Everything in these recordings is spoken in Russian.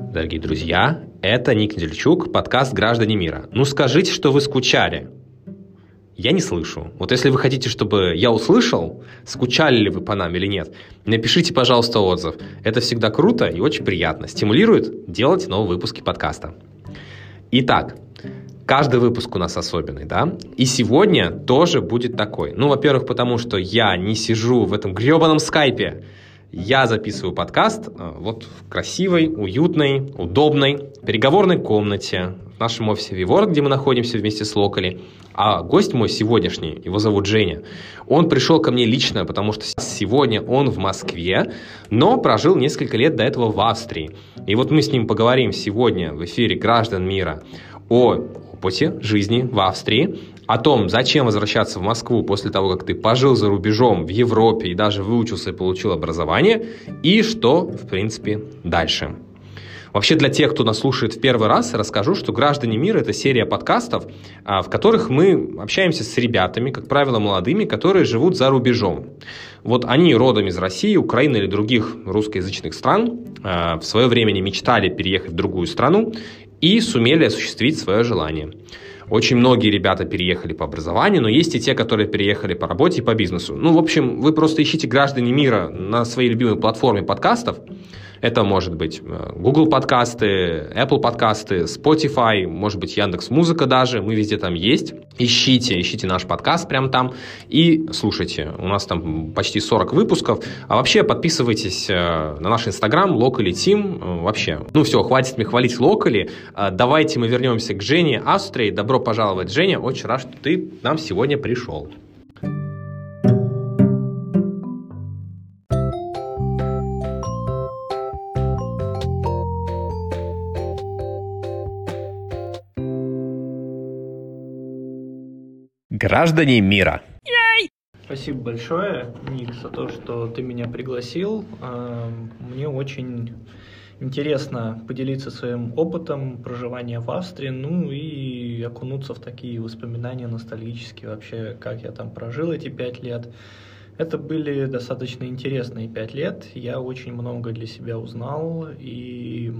Дорогие друзья, это Ник Недельчук, подкаст «Граждане мира». Ну скажите, что вы скучали. Я не слышу. Вот если вы хотите, чтобы я услышал, скучали ли вы по нам или нет, напишите, пожалуйста, отзыв. Это всегда круто и очень приятно. Стимулирует делать новые выпуски подкаста. Итак, каждый выпуск у нас особенный, да? И сегодня тоже будет такой. Ну, во-первых, потому что я не сижу в этом гребаном скайпе. Я записываю подкаст вот в красивой, уютной, удобной переговорной комнате в нашем офисе Виворк, где мы находимся вместе с Локали. А гость мой сегодняшний, его зовут Женя, он пришел ко мне лично, потому что сегодня он в Москве, но прожил несколько лет до этого в Австрии. И вот мы с ним поговорим сегодня в эфире «Граждан мира» о опыте жизни в Австрии, о том, зачем возвращаться в Москву после того, как ты пожил за рубежом в Европе и даже выучился и получил образование, и что, в принципе, дальше. Вообще, для тех, кто нас слушает в первый раз, расскажу, что «Граждане мира» — это серия подкастов, в которых мы общаемся с ребятами, как правило, молодыми, которые живут за рубежом. Вот они родом из России, Украины или других русскоязычных стран, в свое время мечтали переехать в другую страну и сумели осуществить свое желание. Очень многие ребята переехали по образованию, но есть и те, которые переехали по работе и по бизнесу. Ну, в общем, вы просто ищите «Граждане мира» на своей любимой платформе подкастов. Это может быть Google подкасты, Apple подкасты, Spotify, может быть Яндекс.Музыка даже. Мы везде там есть. Ищите наш подкаст прямо там и слушайте. У нас там почти 40 выпусков. А вообще подписывайтесь на наш Инстаграм, Locally Team. Вообще, ну все, хватит мне хвалить Locally. Давайте мы вернемся к Жене Австрии. Добро пожаловать, Женя. Очень рад, что ты к нам сегодня пришел. Граждане мира. Спасибо большое, Ник, за то, что ты меня пригласил. Мне очень интересно поделиться своим опытом проживания в Австрии, ну и окунуться в такие воспоминания ностальгические вообще, как я там прожил эти 5 лет. Это были достаточно интересные 5 лет. Я очень много для себя узнал, и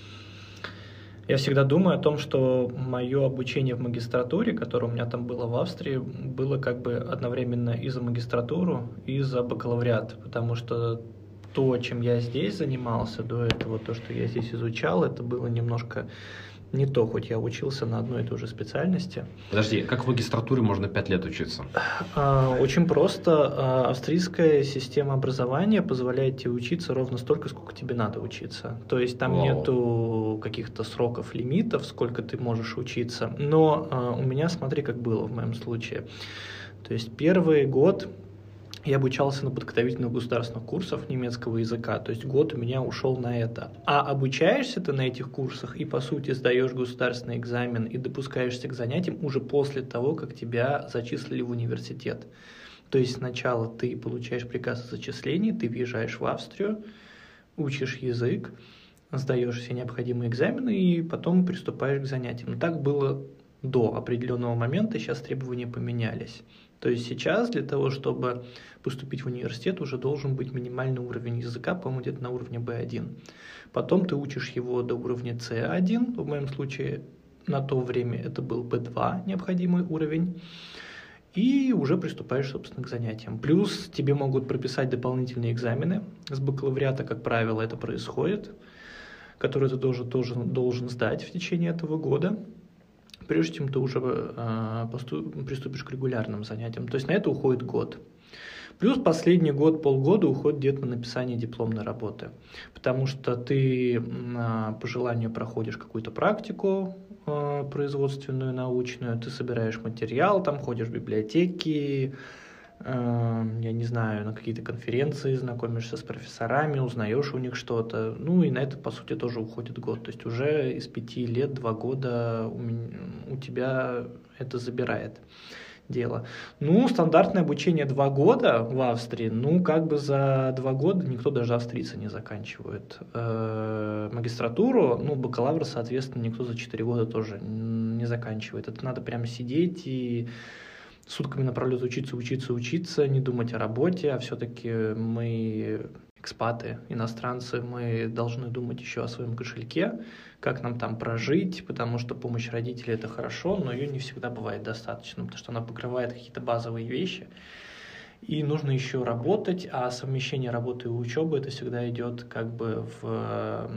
я всегда думаю о том, что мое обучение в магистратуре, которое у меня там было в Австрии, было как бы одновременно и за магистратуру, и за бакалавриат, потому что то, чем я здесь занимался до этого, то, что я здесь изучал, это было немножко не то, хоть я учился на одной и той же специальности. Подожди, как в магистратуре можно 5 лет учиться? Очень просто. Австрийская система образования позволяет тебе учиться ровно столько, сколько тебе надо учиться. То есть там нету каких-то сроков, лимитов, сколько ты можешь учиться. Но у меня, смотри, как было в моем случае. То есть первый год я обучался на подготовительных государственных курсах немецкого языка, то есть год у меня ушел на это. А обучаешься ты на этих курсах и, по сути, сдаешь государственный экзамен и допускаешься к занятиям уже после того, как тебя зачислили в университет. То есть сначала ты получаешь приказ о зачислении, ты въезжаешь в Австрию, учишь язык, сдаешь все необходимые экзамены и потом приступаешь к занятиям. Но так было до определенного момента, сейчас требования поменялись. То есть сейчас для того, чтобы поступить в университет, уже должен быть минимальный уровень языка, по-моему, где-то на уровне B1. Потом ты учишь его до уровня C1, в моем случае на то время это был B2 необходимый уровень, и уже приступаешь, собственно, к занятиям. Плюс тебе могут прописать дополнительные экзамены. С бакалавриата, как правило, это происходит, которые ты тоже должен сдать в течение этого года, прежде чем ты уже приступишь к регулярным занятиям. То есть на это уходит год. Плюс последний год, полгода уходит где-то на написание дипломной работы. Потому что ты по желанию проходишь какую-то практику производственную, научную, ты собираешь материал, там ходишь в библиотеки, я не знаю, на какие-то конференции, знакомишься с профессорами, узнаешь у них что-то. Ну и на это, по сути, тоже уходит год. То есть уже из 5 лет 2 года у тебя это забирает дело. Ну, стандартное обучение 2 года в Австрии, ну, как бы за 2 года никто, даже австрийцы, не заканчивает. Магистратуру, ну, бакалавра, соответственно, никто за 4 года тоже не заканчивает. Это надо прямо сидеть и сутками напролет учиться, не думать о работе, а все-таки мы экспаты, иностранцы, мы должны думать еще о своем кошельке, как нам там прожить, потому что помощь родителей – это хорошо, но ее не всегда бывает достаточно, потому что она покрывает какие-то базовые вещи. И нужно еще работать, а совмещение работы и учебы – это всегда идет как бы в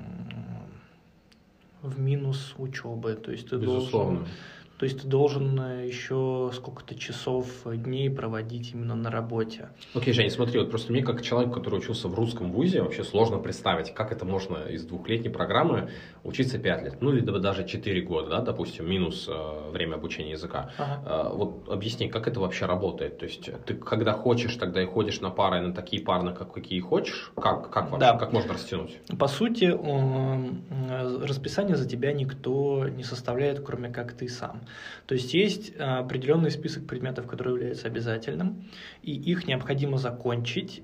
минус учебы. То есть ты Безусловно. ты должен еще сколько-то часов, дней проводить именно на работе. Окей, Женя, смотри, вот просто мне, как человеку, который учился в русском вузе, вообще сложно представить, как это можно из двухлетней программы учиться 5 лет, ну или даже 4 года, да, допустим, минус время обучения языка. Ага. Вот объясни, как это вообще работает? То есть ты когда хочешь, тогда и ходишь на пары, на такие пары, какие хочешь? Как вообще, Да. как можно растянуть? По сути, расписание за тебя никто не составляет, кроме как ты сам. То есть есть определенный список предметов, который является обязательным, и их необходимо закончить,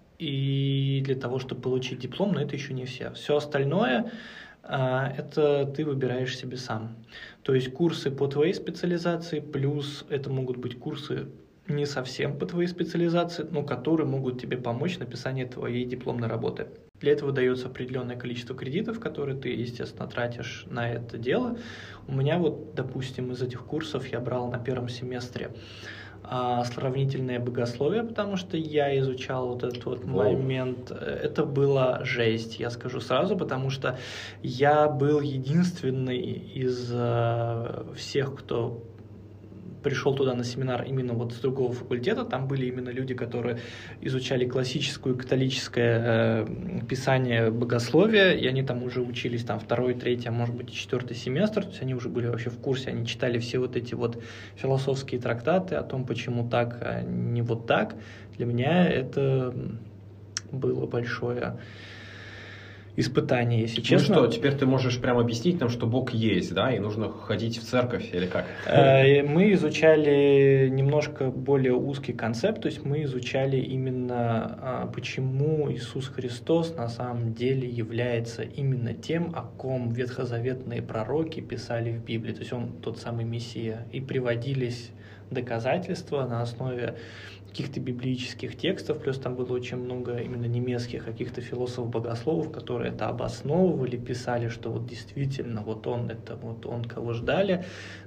и для того, чтобы получить диплом, но это еще не все. Все остальное это ты выбираешь себе сам. То есть курсы по твоей специализации, плюс это могут быть курсы не совсем по твоей специализации, но которые могут тебе помочь в написании твоей дипломной работы. Для этого дается определенное количество кредитов, которые ты, естественно, тратишь на это дело. У меня вот, допустим, из этих курсов я брал на первом семестре сравнительное богословие, потому что я изучал вот этот вот момент. Это была жесть, я скажу сразу, потому что я был единственный из всех, кто пришел туда на семинар именно вот с другого факультета, там были именно люди, которые изучали классическое католическое писание богословия, и они там уже учились там 2-й, 3-й, а может быть и 4-й семестр, то есть они уже были вообще в курсе, они читали все вот эти вот философские трактаты о том, почему так, а не вот так. Для меня это было большое испытание, если честно. Ну что, теперь ты можешь прямо объяснить нам, что Бог есть, да, и нужно ходить в церковь или как? Мы изучали немножко более узкий концепт, то есть мы изучали именно, почему Иисус Христос на самом деле является именно тем, о ком ветхозаветные пророки писали в Библии, то есть он тот самый Мессия, и приводились доказательства на основе каких-то библейских текстов, плюс там было очень много именно немецких каких-то философов-богословов, которые это обосновывали, писали, что вот действительно вот он, это вот он, кого ждали.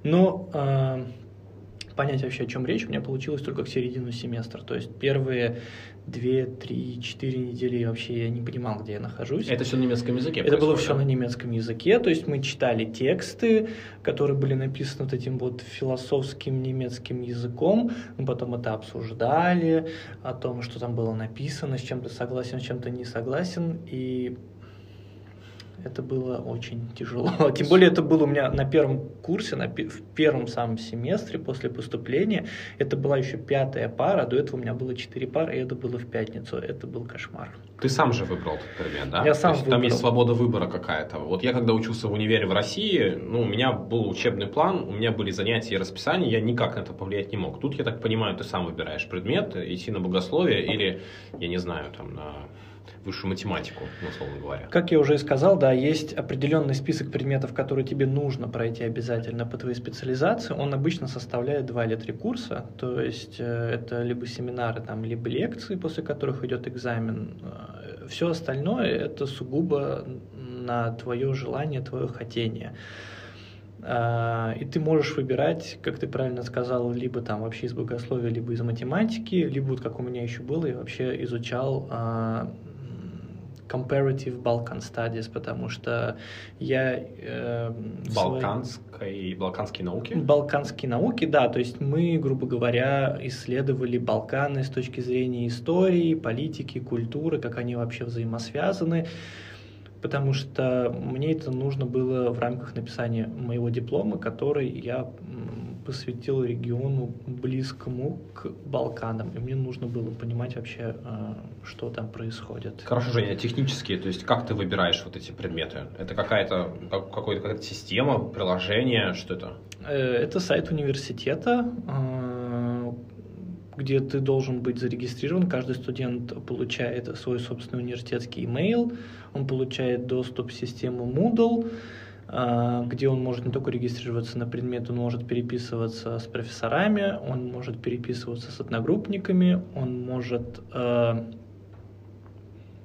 Но понять вообще, о чем речь, у меня получилось только к середину семестра. То есть первые 2, 3, 4 недели вообще я не понимал, где я нахожусь. Это все на немецком языке? Это было все на немецком языке, то есть мы читали тексты, которые были написаны вот этим вот философским немецким языком, мы потом это обсуждали, о том, что там было написано, с чем ты согласен, с чем ты не согласен, и это было очень тяжело. Тем более это было у меня на первом курсе, в первом самом семестре после поступления. Это была еще 5-я пара, до этого у меня было 4 пары, и это было в пятницу. Это был кошмар. Ты сам же выбрал этот предмет, да? Я сам выбрал. Там есть свобода выбора какая-то. Вот я когда учился в универе в России, у меня был учебный план, у меня были занятия и расписания, я никак на это повлиять не мог. Тут, я так понимаю, ты сам выбираешь предмет, идти на богословие или, я не знаю, там на высшую математику, условно говоря. Как я уже и сказал, да, есть определенный список предметов, которые тебе нужно пройти обязательно по твоей специализации. Он обычно составляет 2 или 3 курса, то есть это либо семинары, там, либо лекции, после которых идет экзамен. Все остальное это сугубо на твое желание, твое хотение. И ты можешь выбирать, как ты правильно сказал, либо там вообще из богословия, либо из математики, либо вот как у меня еще было, я вообще изучал Comparative Balkan Studies, потому что я... Балканские науки? Балканские науки, да, то есть мы, грубо говоря, исследовали Балканы с точки зрения истории, политики, культуры, как они вообще взаимосвязаны, потому что мне это нужно было в рамках написания моего диплома, который я посвятил региону близкому к Балканам, и мне нужно было понимать вообще, что там происходит. Хорошо, Женя, технические, то есть как ты выбираешь вот эти предметы? Это какая-то система, приложение, что это? Это сайт университета, где ты должен быть зарегистрирован. Каждый студент получает свой собственный университетский имейл, он получает доступ в систему Moodle, где он может не только регистрироваться на предмет, он может переписываться с профессорами, он может переписываться с одногруппниками, он может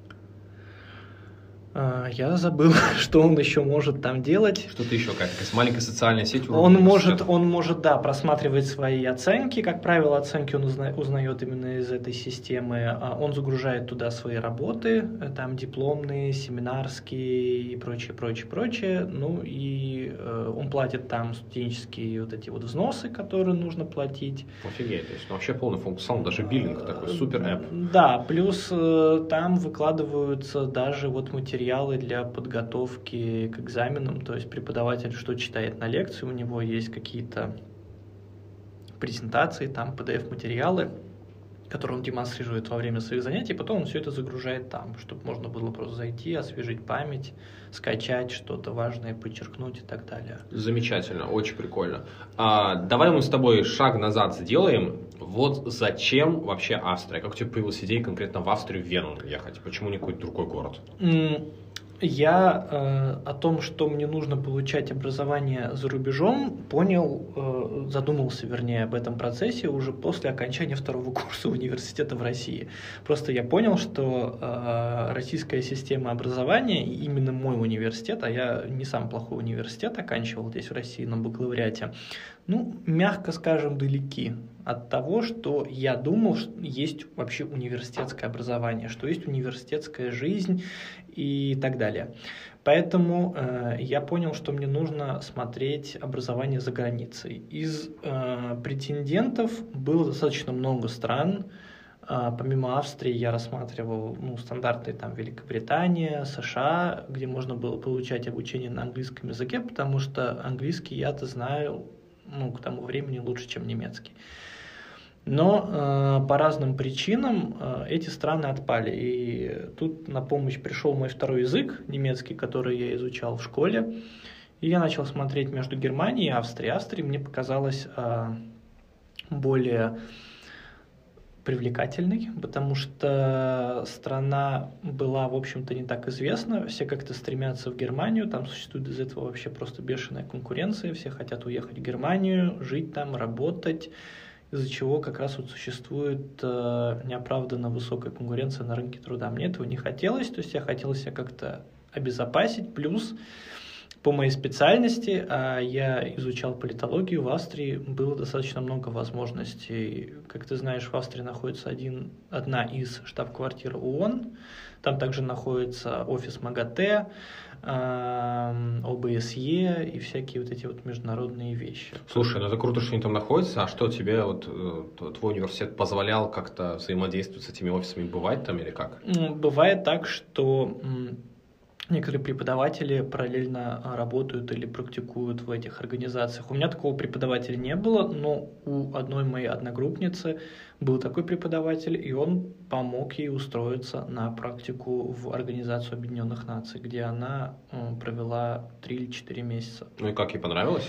Я забыл, что он еще может там делать. Что-то еще, какая-то маленькая социальная сеть. Он может, да, просматривать свои оценки. Как правило, оценки он узнает именно из этой системы. Он загружает туда свои работы, там дипломные, семинарские и прочее. Ну и он платит там студенческие вот эти вот взносы, которые нужно платить. Офигеть, то есть вообще полный функционал, даже биллинг такой, супер эп. Да, плюс там выкладываются даже вот материалы для подготовки к экзаменам, то есть преподаватель что читает на лекции, у него есть какие-то презентации, там PDF-материалы, которые он демонстрирует во время своих занятий, потом он все это загружает там, чтобы можно было просто зайти, освежить память, скачать что-то важное, подчеркнуть и так далее. Замечательно, очень прикольно. Давай мы с тобой шаг назад сделаем. Вот зачем вообще Австрия? Как у тебя появилась идея конкретно в Австрию, в Вену ехать? Почему не какой-то другой город? Я о том, что мне нужно получать образование за рубежом, задумался, вернее, об этом процессе уже после окончания второго курса университета в России. Просто я понял, что российская система образования, и именно мой университет, а я не сам плохой университет оканчивал здесь в России на бакалавриате, мягко скажем, далеки от того, что я думал, что есть вообще университетское образование, что есть университетская жизнь и так далее. Поэтому я понял, что мне нужно смотреть образование за границей. Из претендентов было достаточно много стран. Помимо Австрии я рассматривал стандартные там Великобритания, США, где можно было получать обучение на английском языке, потому что английский я-то знаю к тому времени лучше, чем немецкий. Но по разным причинам эти страны отпали. И тут на помощь пришел мой второй язык, немецкий, который я изучал в школе. И я начал смотреть между Германией и Австрией. Австрия мне показалась более привлекательной, потому что страна была, в общем-то, не так известна. Все как-то стремятся в Германию, там существует из этого вообще просто бешеная конкуренция. Все хотят уехать в Германию, жить там, работать, из-за чего как раз вот существует неоправданно высокая конкуренция на рынке труда. Мне этого не хотелось, то есть я хотел себя как-то обезопасить, плюс по моей специальности, я изучал политологию, в Австрии было достаточно много возможностей. Как ты знаешь, в Австрии находится одна из штаб-квартир ООН, там также находится офис МАГАТЭ, ОБСЕ и всякие вот эти вот международные вещи. Слушай, это круто, что они там находятся, а что тебе твой университет позволял как-то взаимодействовать с этими офисами, бывать там или как? Бывает так, что некоторые преподаватели параллельно работают или практикуют в этих организациях. У меня такого преподавателя не было, но у одной моей одногруппницы был такой преподаватель, и он помог ей устроиться на практику в Организацию Объединенных Наций, где она провела 3 или 4 месяца. Ну и как, ей понравилось?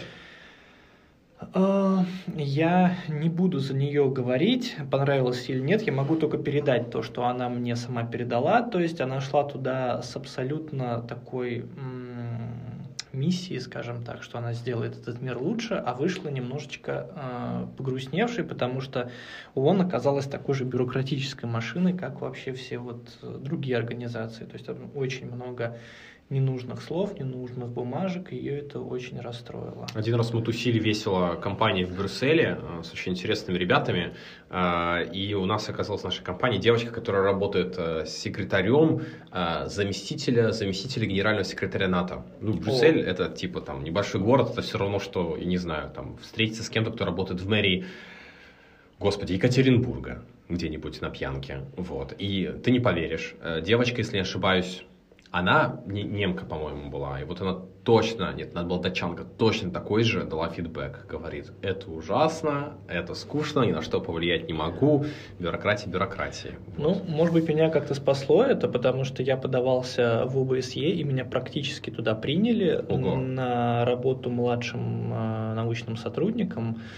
Я не буду за нее говорить, понравилось или нет, я могу только передать то, что она мне сама передала, то есть она шла туда с абсолютно такой миссией, скажем так, что она сделает этот мир лучше, а вышла немножечко погрустневшей, потому что ООН оказалась такой же бюрократической машиной, как вообще все вот другие организации, то есть там очень много ненужных слов, ненужных бумажек, и ее это очень расстроило. Один раз мы тусили весело компании в Брюсселе с очень интересными ребятами, и у нас оказалась в нашей компании девочка, которая работает секретарем заместителя генерального секретаря НАТО. Брюссель это типа там небольшой город, это все равно, что, я не знаю, там встретиться с кем-то, кто работает в мэрии, Екатеринбурга, где-нибудь на пьянке. Вот. И ты не поверишь, девочка, если не ошибаюсь, она немка, по-моему, была, и вот она точно, нет, она была датчанка, точно такой же дала фидбэк, говорит, это ужасно, это скучно, ни на что повлиять не могу, бюрократия. Вот. Может быть, меня как-то спасло это, потому что я подавался в ОБСЕ, и меня практически туда приняли на работу младшим научным сотрудником.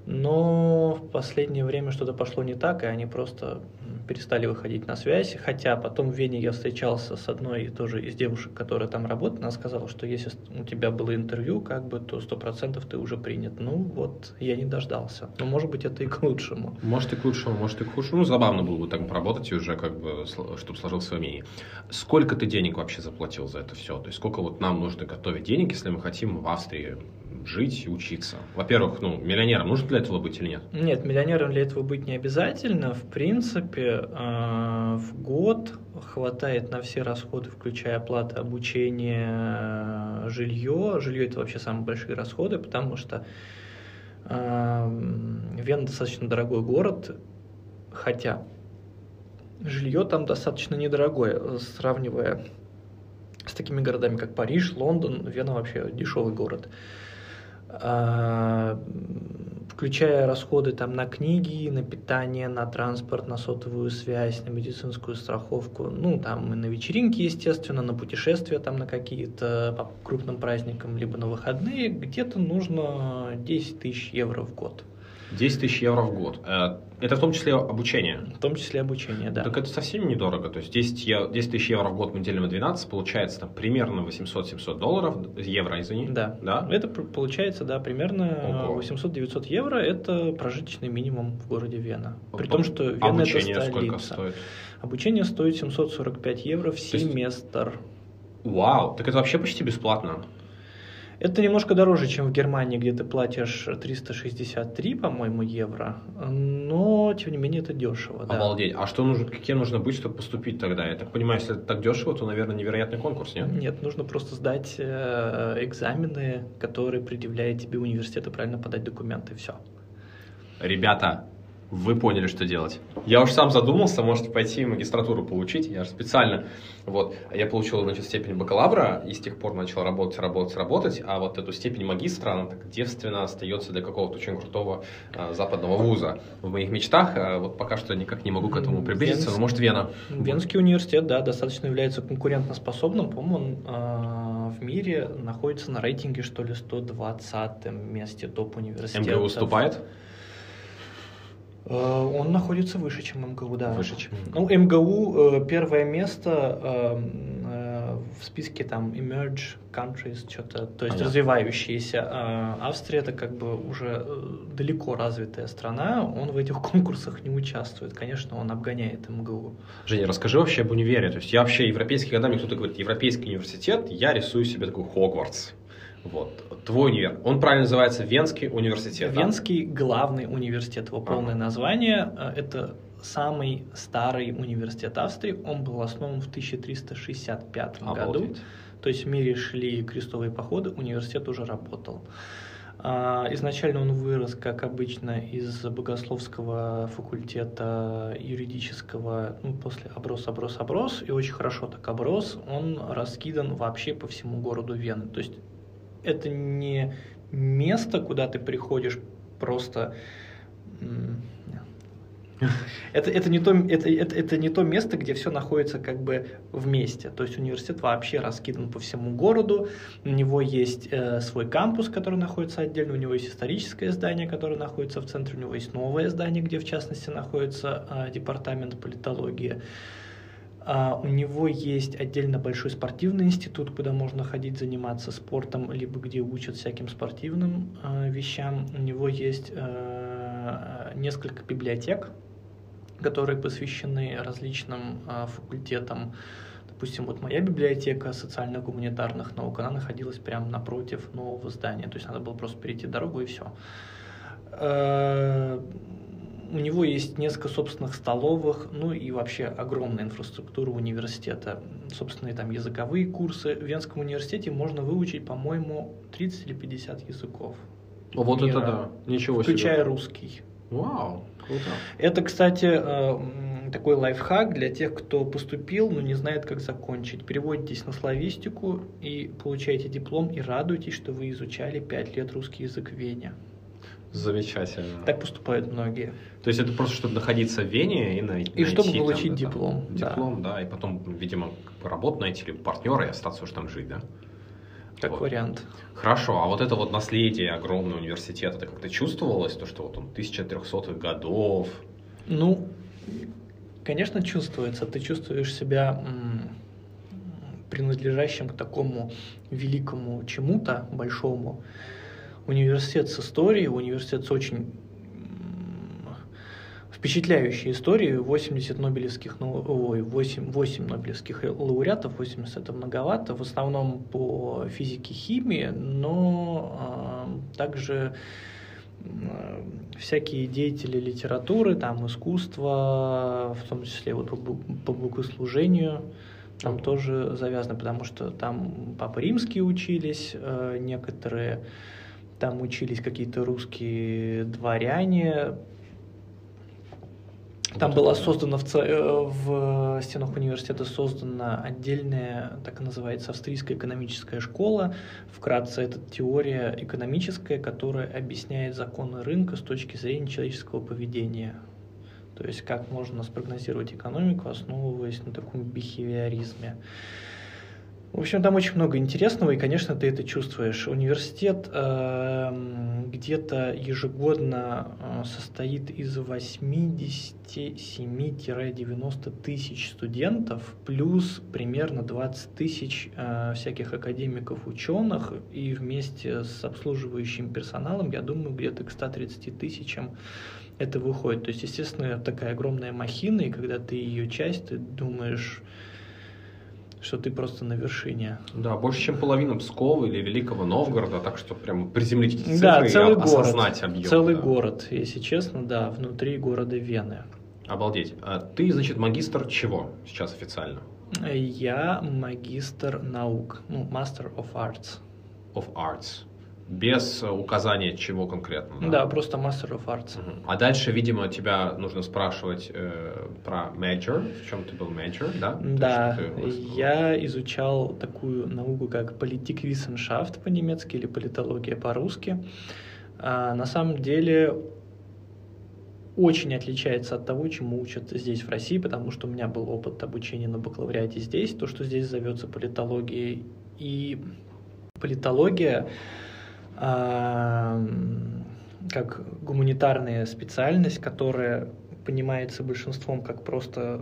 Но в последнее время что-то пошло не так, и они просто перестали выходить на связь. Хотя потом в Вене я встречался с одной тоже из девушек, которая там работает. Она сказала, что если у тебя было интервью, как бы, то 100% ты уже принят. Ну вот, я не дождался. Но может быть это и к лучшему. Может и к лучшему, может и к худшему. Ну, забавно было бы так поработать и уже как бы, чтобы сложилось свое мнение. Сколько ты денег вообще заплатил за это все? То есть сколько вот нам нужно готовить денег, если мы хотим в Австрии жить и учиться? Во-первых, миллионером нужно для этого быть или нет? Нет, миллионером для этого быть не обязательно. В принципе, в год хватает на все расходы, включая оплату обучения, жилье. Жилье – это вообще самые большие расходы, потому что Вена достаточно дорогой город, хотя жилье там достаточно недорогое, сравнивая с такими городами, как Париж, Лондон. Вена вообще дешевый город. Включая расходы там на книги, на питание, на транспорт, на сотовую связь, на медицинскую страховку, там и на вечеринки, естественно, на путешествия там на какие-то по крупным праздникам, либо на выходные, где-то нужно 10 тысяч евро в год. 10 тысяч евро в год. Это в том числе обучение? В том числе обучение, да. Так это совсем недорого. То есть 10 тысяч евро в год мы делим на 12, получается там примерно 800-700 долларов, евро, извини. Да. Это получается, примерно 800-900 евро. Это прожиточный минимум в городе Вена. При том, что Вена обучение это столица. Сколько стоит? Обучение стоит 745 евро в семестр. Вау, так это вообще почти бесплатно. Это немножко дороже, чем в Германии, где ты платишь 363, по-моему, евро, но, тем не менее, это дешево. Обалдеть. А каким нужно быть, чтобы поступить тогда? Я так понимаю, если это так дешево, то, наверное, невероятный конкурс, нет? Нет, нужно просто сдать экзамены, которые предъявляет тебе университет, и правильно подать документы, и все. Ребята, вы поняли, что делать. Я уж сам задумался, можете пойти магистратуру получить. Я же специально, я получил, степень бакалавра и с тех пор начал работать, а вот эту степень магистра, она так девственно остается для какого-то очень крутого западного вуза. В моих мечтах, пока что никак не могу к этому приблизиться, но может Вена. Венский университет, достаточно является конкурентоспособным, по-моему, он в мире находится на рейтинге, 120-м месте топ-университета. МГУ уступает? Он находится выше, чем МГУ, да. Выше, чем МГУ первое место в списке там Emerge Countries, что-то, то есть развивающиеся. Австрия это как бы уже далеко развитая страна, он в этих конкурсах не участвует. Конечно, он обгоняет МГУ. Женя, расскажи вообще об универе. То есть я вообще европейский, когда мне кто-то говорит европейский университет, я рисую себе такой Хогвартс. Твой универ. Он правильно называется Венский университет. Венский главный университет. Его полное название. Это самый старый университет Австрии. Он был основан в 1365 году. То есть в мире шли крестовые походы, университет уже работал. Изначально он вырос, как обычно, из богословского факультета, юридического, после оброс, и очень хорошо так оброс. Он раскидан вообще по всему городу Вены. То есть это не место, куда ты приходишь просто... Это не то место, где все находится как бы вместе. То есть университет вообще раскидан по всему городу. У него есть свой кампус, который находится отдельно. У него есть историческое здание, которое находится в центре. У него есть новое здание, где в частности находится департамент политологии. У него есть отдельно большой спортивный институт, куда можно ходить заниматься спортом, либо где учат всяким спортивным вещам. У него есть несколько библиотек, которые посвящены различным факультетам. Допустим, моя библиотека социально-гуманитарных наук, она находилась прямо напротив нового здания. То есть надо было просто перейти дорогу и все. У него есть несколько собственных столовых, и вообще огромная инфраструктура университета. Собственные там языковые курсы. В Венском университете можно выучить, по-моему, 30 или 50 языков. Это да, ничего себе. Включая русский. Вау, круто. Это, кстати, такой лайфхак для тех, кто поступил, но не знает, как закончить. Переводитесь на славистику и получаете диплом, и радуйтесь, что вы изучали 5 лет русский язык в Вене. Замечательно. Так поступают многие. То есть это просто, чтобы находиться в Вене и найти... И чтобы получить диплом. Диплом, да, и потом, видимо, работу найти, или партнера, и остаться уж там жить, да? как Вот. вариант. Хорошо, а вот это вот наследие огромного университета, это как-то чувствовалось, то, что вот он 1300-х годов? Ну, конечно, чувствуется. Ты чувствуешь себя принадлежащим к такому великому чему-то большому. Университет с историей, университет с очень впечатляющей историей, 80 нобелевских, 8 нобелевских лауреатов, 80 это многовато, в основном по физике, химии, но также всякие деятели литературы, там, искусства, в том числе вот по богослужению, там тоже завязано, потому что там папы римские учились, некоторые, там учились какие-то русские дворяне. Там была создана в стенах университета создана отдельная, так и называется, австрийская экономическая школа. Вкратце, это теория экономическая, которая объясняет законы рынка с точки зрения человеческого поведения. То есть, как можно спрогнозировать экономику, основываясь на таком бихевиоризме. В общем, там очень много интересного, и, конечно, ты это чувствуешь. Университет где-то ежегодно состоит из 87-90 тысяч студентов, плюс примерно 20 тысяч всяких академиков, ученых, и вместе с обслуживающим персоналом, я думаю, где-то к 130 тысячам это выходит. То есть, естественно, такая огромная махина, и когда ты ее часть, ты думаешь, что ты просто на вершине. Да, больше, чем половина Пскова или Великого Новгорода, так что прямо приземлить эти цифры Да, целый и осознать город, объем. Целый да. город, если честно, да, внутри города Вены. Обалдеть. А ты, значит, магистр чего сейчас официально? Я магистр наук, Master of Arts. Of Arts. Без указания чего конкретно. Да, просто Master of Arts. А дальше, видимо, тебя нужно спрашивать про major. В чем ты был major, да? Да, я изучал такую науку, как Politikwissenschaft по-немецки или политология по-русски. На самом деле очень отличается от того, чему учат здесь, в России, потому что у меня был опыт обучения на бакалавриате здесь, то, что здесь зовется политологией. И политология как гуманитарная специальность, которая понимается большинством как просто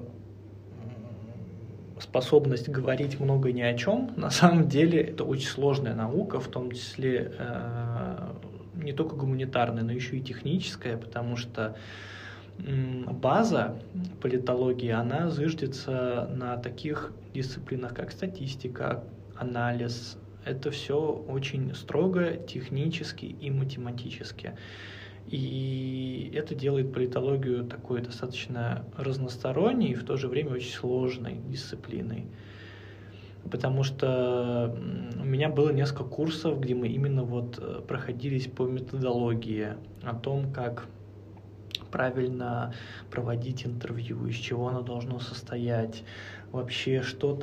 способность говорить много ни о чем, на самом деле это очень сложная наука, в том числе не только гуманитарная, но еще и техническая, потому что база политологии, она зыждется на таких дисциплинах, как статистика, анализ. Это все очень строго, технически и математически. И это делает политологию такой достаточно разносторонней и в то же время очень сложной дисциплиной. Потому что у меня было несколько курсов, где мы именно вот проходились по методологии, о том, как правильно проводить интервью, из чего оно должно состоять, вообще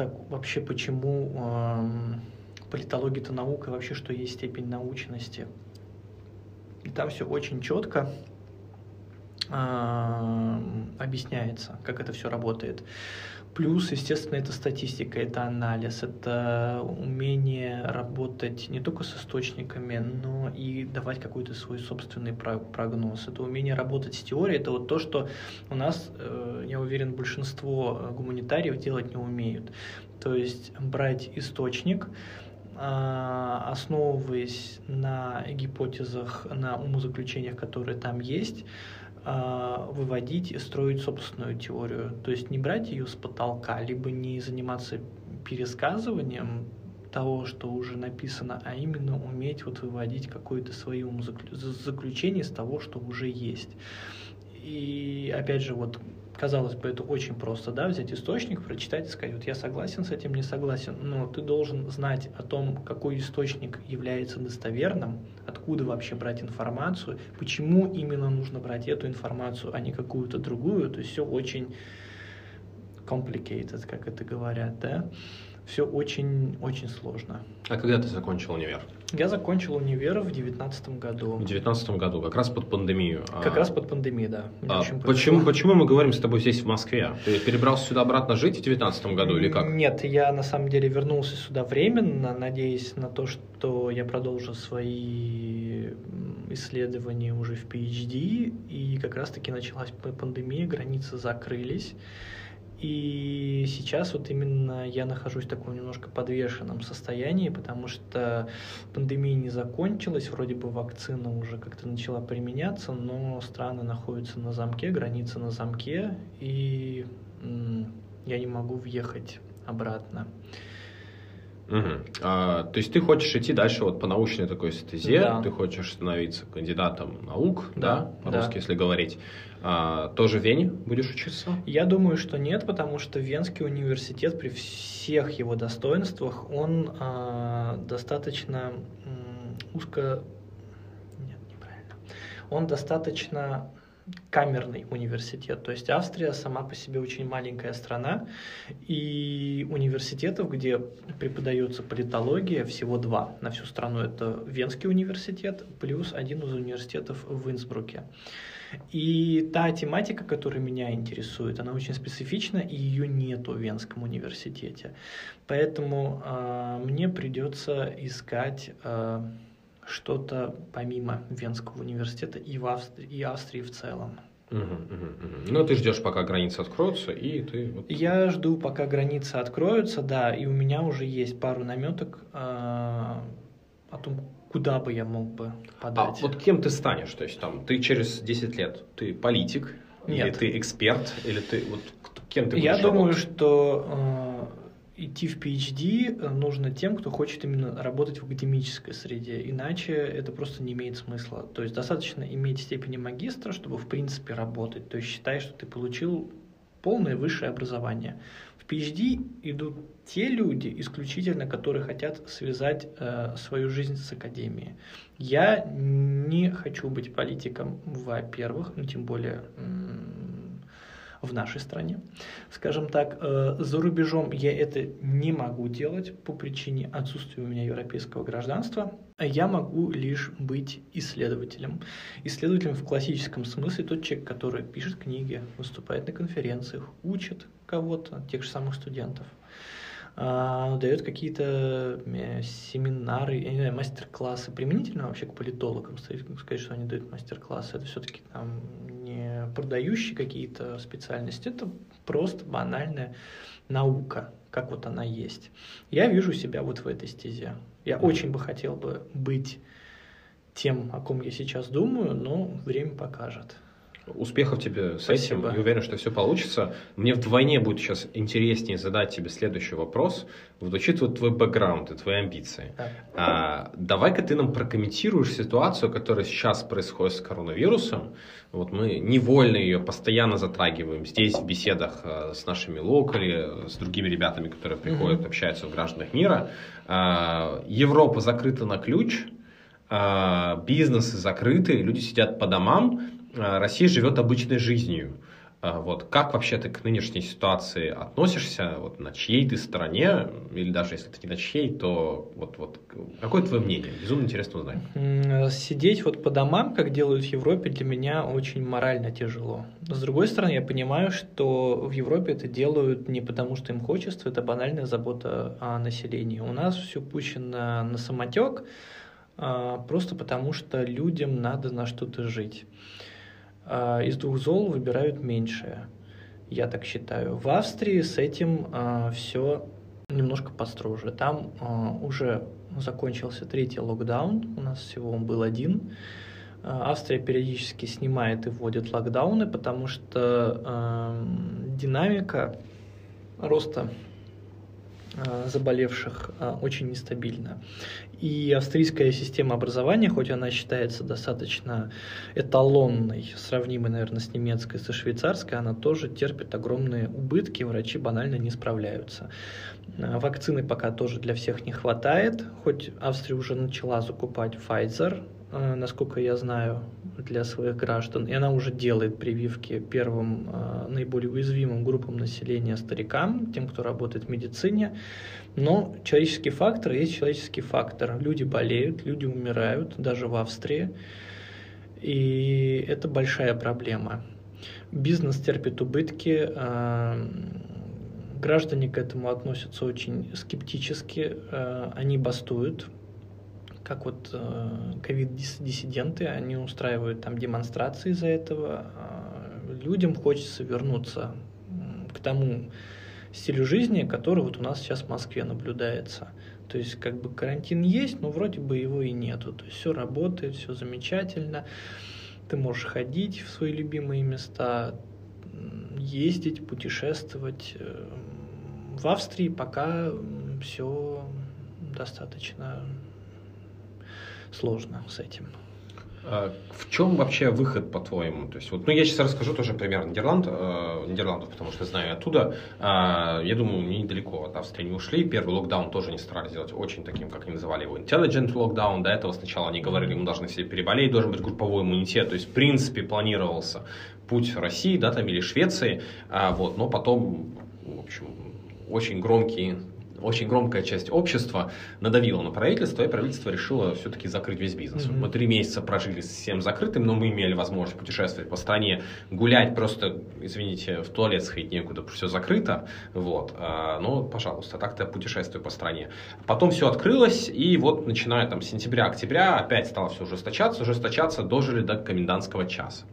почему политология — это наука, вообще что есть степень научности. И там все очень четко объясняется, как это все работает. Плюс, естественно, это статистика, это анализ, это умение работать не только с источниками, но и давать какой-то свой собственный прогноз. Это умение работать с теорией, это вот то, что у нас, я уверен, большинство гуманитариев делать не умеют. То есть брать источник, основываясь на гипотезах, на умозаключениях, которые там есть, выводить и строить собственную теорию. То есть не брать ее с потолка, либо не заниматься пересказыванием того, что уже написано, а именно уметь вот выводить какое-то свое заключение из того, что уже есть. И опять же, вот казалось бы, это очень просто, да, взять источник, прочитать и сказать, вот я согласен с этим, не согласен, но ты должен знать о том, какой источник является достоверным, откуда вообще брать информацию, почему именно нужно брать эту информацию, а не какую-то другую, то есть все очень complicated, как это говорят, да. Все очень-очень сложно. А когда ты закончил универ? Я закончил универ в 2019 году. В 2019 году, как раз под пандемию. Как раз под пандемию, да. Почему мы говорим с тобой здесь, в Москве? Ты перебрался сюда обратно жить в 2019 году или как? Нет, я на самом деле вернулся сюда временно, надеясь на то, что я продолжу свои исследования уже в PhD, и как раз-таки началась пандемия, границы закрылись. И сейчас вот именно я нахожусь в таком немножко подвешенном состоянии, потому что пандемия не закончилась, вроде бы вакцина уже как-то начала применяться, но страны находятся на замке, границы на замке, и я не могу въехать обратно. То есть ты хочешь идти дальше вот по научной такой стезе, да. Ты хочешь становиться кандидатом наук, да, по-русски, если говорить. Тоже в Вене будешь учиться? Я думаю, что нет, потому что Венский университет при всех его достоинствах, он достаточно он достаточно камерный университет. То есть Австрия сама по себе очень маленькая страна, и университетов, где преподается политология, всего два на всю страну. Это Венский университет плюс один из университетов в Инсбруке. И та тематика, которая меня интересует, она очень специфична, и ее нету в Венском университете. Поэтому мне придется искать что-то помимо Венского университета и Австрии в целом. Ну, ты ждешь, пока границы откроются, и ты... Я жду, пока границы откроются, да, и у меня уже есть пару наметок о том, куда бы я мог бы подать. А вот кем ты станешь? То есть там ты через 10 лет, ты политик, Нет. или ты эксперт, или ты... Вот кем ты будешь Я работать? думаю, что идти в PhD нужно тем, кто хочет именно работать в академической среде, иначе это просто не имеет смысла. То есть достаточно иметь степень магистра, чтобы в принципе работать. То есть считай, что ты получил полное высшее образование. В PhD идут те люди, исключительно которые хотят связать свою жизнь с академией. Я не хочу быть политиком, во-первых, тем более в нашей стране, скажем так. За рубежом я это не могу делать по причине отсутствия у меня европейского гражданства. Я могу лишь быть исследователем. Исследователем в классическом смысле тот человек, который пишет книги, выступает на конференциях, учит кого-то, тех же самых студентов, дает какие-то семинары, я не знаю, мастер-классы, применительно вообще к политологам, сказать, что они дают мастер-классы, это все-таки там не продающие какие-то специальности, это просто банальная наука, как вот она есть. Я вижу себя вот в этой стезе. Я очень бы хотел бы быть тем, о ком я сейчас думаю, но время покажет. Успехов тебе с Спасибо. этим. Я уверен, что все получится. Мне вдвойне будет сейчас интереснее задать тебе следующий вопрос. Вот учитывая твой бэкграунд и твои амбиции. Давай-ка ты нам прокомментируешь ситуацию, которая сейчас происходит с коронавирусом. Вот мы невольно ее постоянно затрагиваем здесь, в беседах с нашими локали, с другими ребятами, которые приходят, общаются в гражданах мира. Европа закрыта на ключ, бизнесы закрыты, люди сидят по домам. Россия живет обычной жизнью. Вот. Как вообще ты к нынешней ситуации относишься? Вот, на чьей ты стороне? Или даже если ты не на чьей, то вот, какое твое мнение? Безумно интересно узнать. Сидеть вот по домам, как делают в Европе, для меня очень морально тяжело. С другой стороны, я понимаю, что в Европе это делают не потому, что им хочется, это банальная забота о населении. У нас все пущено на самотек, просто потому что людям надо на что-то жить. Из двух зол выбирают меньшее, я так считаю. В Австрии с этим все немножко построже. Там уже закончился 3-й локдаун, у нас всего он был 1. Австрия периодически снимает и вводит локдауны, потому что динамика роста заболевших очень нестабильна. И австрийская система образования, хоть она считается достаточно эталонной, сравнимой, наверное, с немецкой, со швейцарской, она тоже терпит огромные убытки, врачи банально не справляются. Вакцины пока тоже для всех не хватает, хоть Австрия уже начала закупать Pfizer, насколько я знаю, для своих граждан, и она уже делает прививки первым наиболее уязвимым группам населения, старикам, тем, кто работает в медицине. Но человеческий фактор есть человеческий фактор. Люди болеют, люди умирают, даже в Австрии, и это большая проблема. Бизнес терпит убытки, граждане к этому относятся очень скептически, они бастуют, как вот ковид-диссиденты, они устраивают там демонстрации из-за этого. Людям хочется вернуться к тому стилю жизни, который вот у нас сейчас в Москве наблюдается. То есть как бы карантин есть, но вроде бы его и нету. То есть все работает, все замечательно. Ты можешь ходить в свои любимые места, ездить, путешествовать. В Австрии пока все достаточно сложно с этим. В чем вообще выход, по-твоему? То есть, вот, я сейчас расскажу тоже пример Нидерландов, потому что знаю оттуда. Я думаю, недалеко от Австрии не ушли. Первый локдаун тоже не старались сделать очень таким, как они называли его, intelligent локдаун. До этого сначала они говорили, мы должны все переболеть, должен быть групповой иммунитет. То есть, в принципе, планировался путь России, да, там, или Швеции. Но потом, в общем, очень громкая часть общества надавила на правительство, и правительство решило все-таки закрыть весь бизнес. Мы 3 месяца прожили всем закрытым, но мы имели возможность путешествовать по стране, гулять, просто, извините, в туалет сходить некуда, все закрыто. Но, пожалуйста, так-то путешествуй по стране. Потом все открылось, и вот начиная там с сентября-октября опять стало все ужесточаться, дожили до комендантского часа.